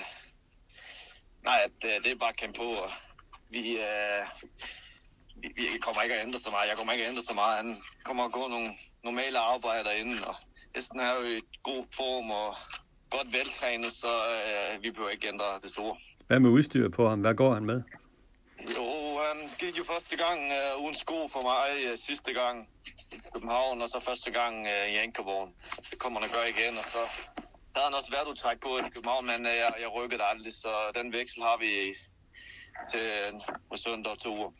det er bare at kæmpe på, og vi kommer ikke at ændre så meget. Jeg kommer ikke at ændre så meget. Han kommer at gå nogle normale arbejder inden, og hesten er jo i god form og godt veltrænet, så vi behøver ikke ændre det store. Hvad med udstyret på ham? Hvad går han med? Jo, han gik jo første gang uden sko for mig sidste gang i København, og så første gang i Ankerborg. Det kommer han at gøre igen, og så havde han også værtudtræk på i København, men jeg rykkede aldrig, så den veksel har vi til søndag og 2 uger.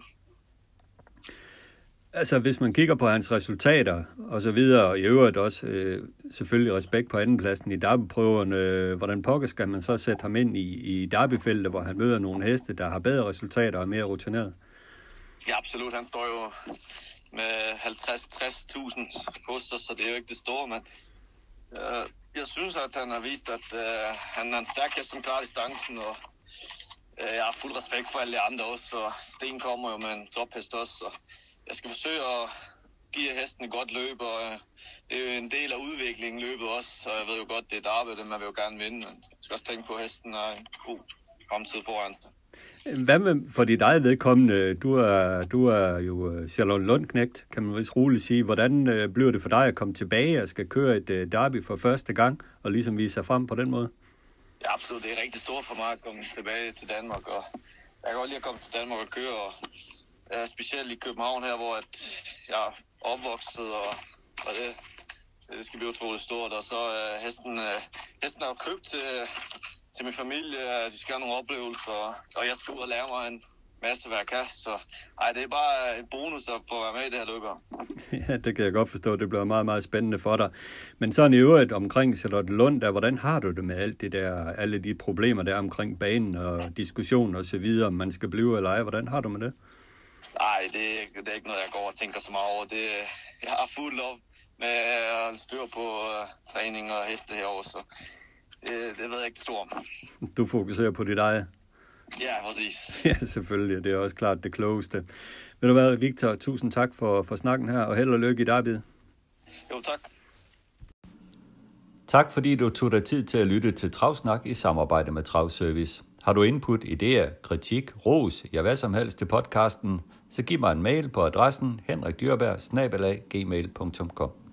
Altså, hvis man kigger på hans resultater og så videre, og i øvrigt også selvfølgelig respekt på andenpladsen i derbyprøverne, hvordan pokker skal man så sætte ham ind i derbyfeltet, hvor han møder nogle heste, der har bedre resultater og er mere rutineret? Ja, absolut. Han står jo med 50-60.000 poster, så det er jo ikke det store, men jeg synes, at han har vist, at han er en stærk hest, som klarer distancen, og jeg har fuld respekt for alle de andre også, og Sten kommer jo med en tophest også, og jeg skal forsøge at give hesten et godt løb, og det er jo en del af udviklingen løbet også, så jeg ved jo godt, det er et arbejde, man vil jo gerne vinde, men jeg skal også tænke på, at hesten er en god fremtid foran sig. Hvad med for dit eget vedkommende? Du er jo Charlotte Lundknægt, kan man vist roligt sige. Hvordan bliver det for dig at komme tilbage og skal køre et derby for første gang, og ligesom vise sig frem på den måde? Ja, absolut. Det er rigtig stort for mig at komme tilbage til Danmark, og jeg kan godt lide at komme til Danmark og køre, og specielt i København her, hvor jeg er opvokset, og det skal blive utroligt stort. Og så hesten er jo købt til min familie, de skal have nogle oplevelser, og jeg skal ud og lære mig en masse, hvad jeg kan. Så det er bare en bonus at få være med i det her løb. Ja, det kan jeg godt forstå. Det bliver meget, meget spændende for dig. Men sådan i øvrigt omkring Charlotte Lund, hvordan har du det med alt det der, alle de problemer der omkring banen og diskussion og så videre, om man skal blive eller ej? Hvordan har du med det? Nej, det er ikke noget, jeg går og tænker så meget over. Jeg har fuldt op med at styre på træning og heste herovre, så det ved jeg ikke det store om. Du fokuserer på dit eget? Ja, præcis. Ja, selvfølgelig. Det er også klart det klogeste. Ved du hvad, Victor, tusind tak for snakken her, og held og lykke i derbyet. Jo, tak. Tak fordi du tog dig tid til at lytte til Travsnak i samarbejde med Travservice. Har du input, idéer, kritik, ros, ja hvad som helst til podcasten, så giv mig en mail på adressen henrikdyrberg@gmail.com.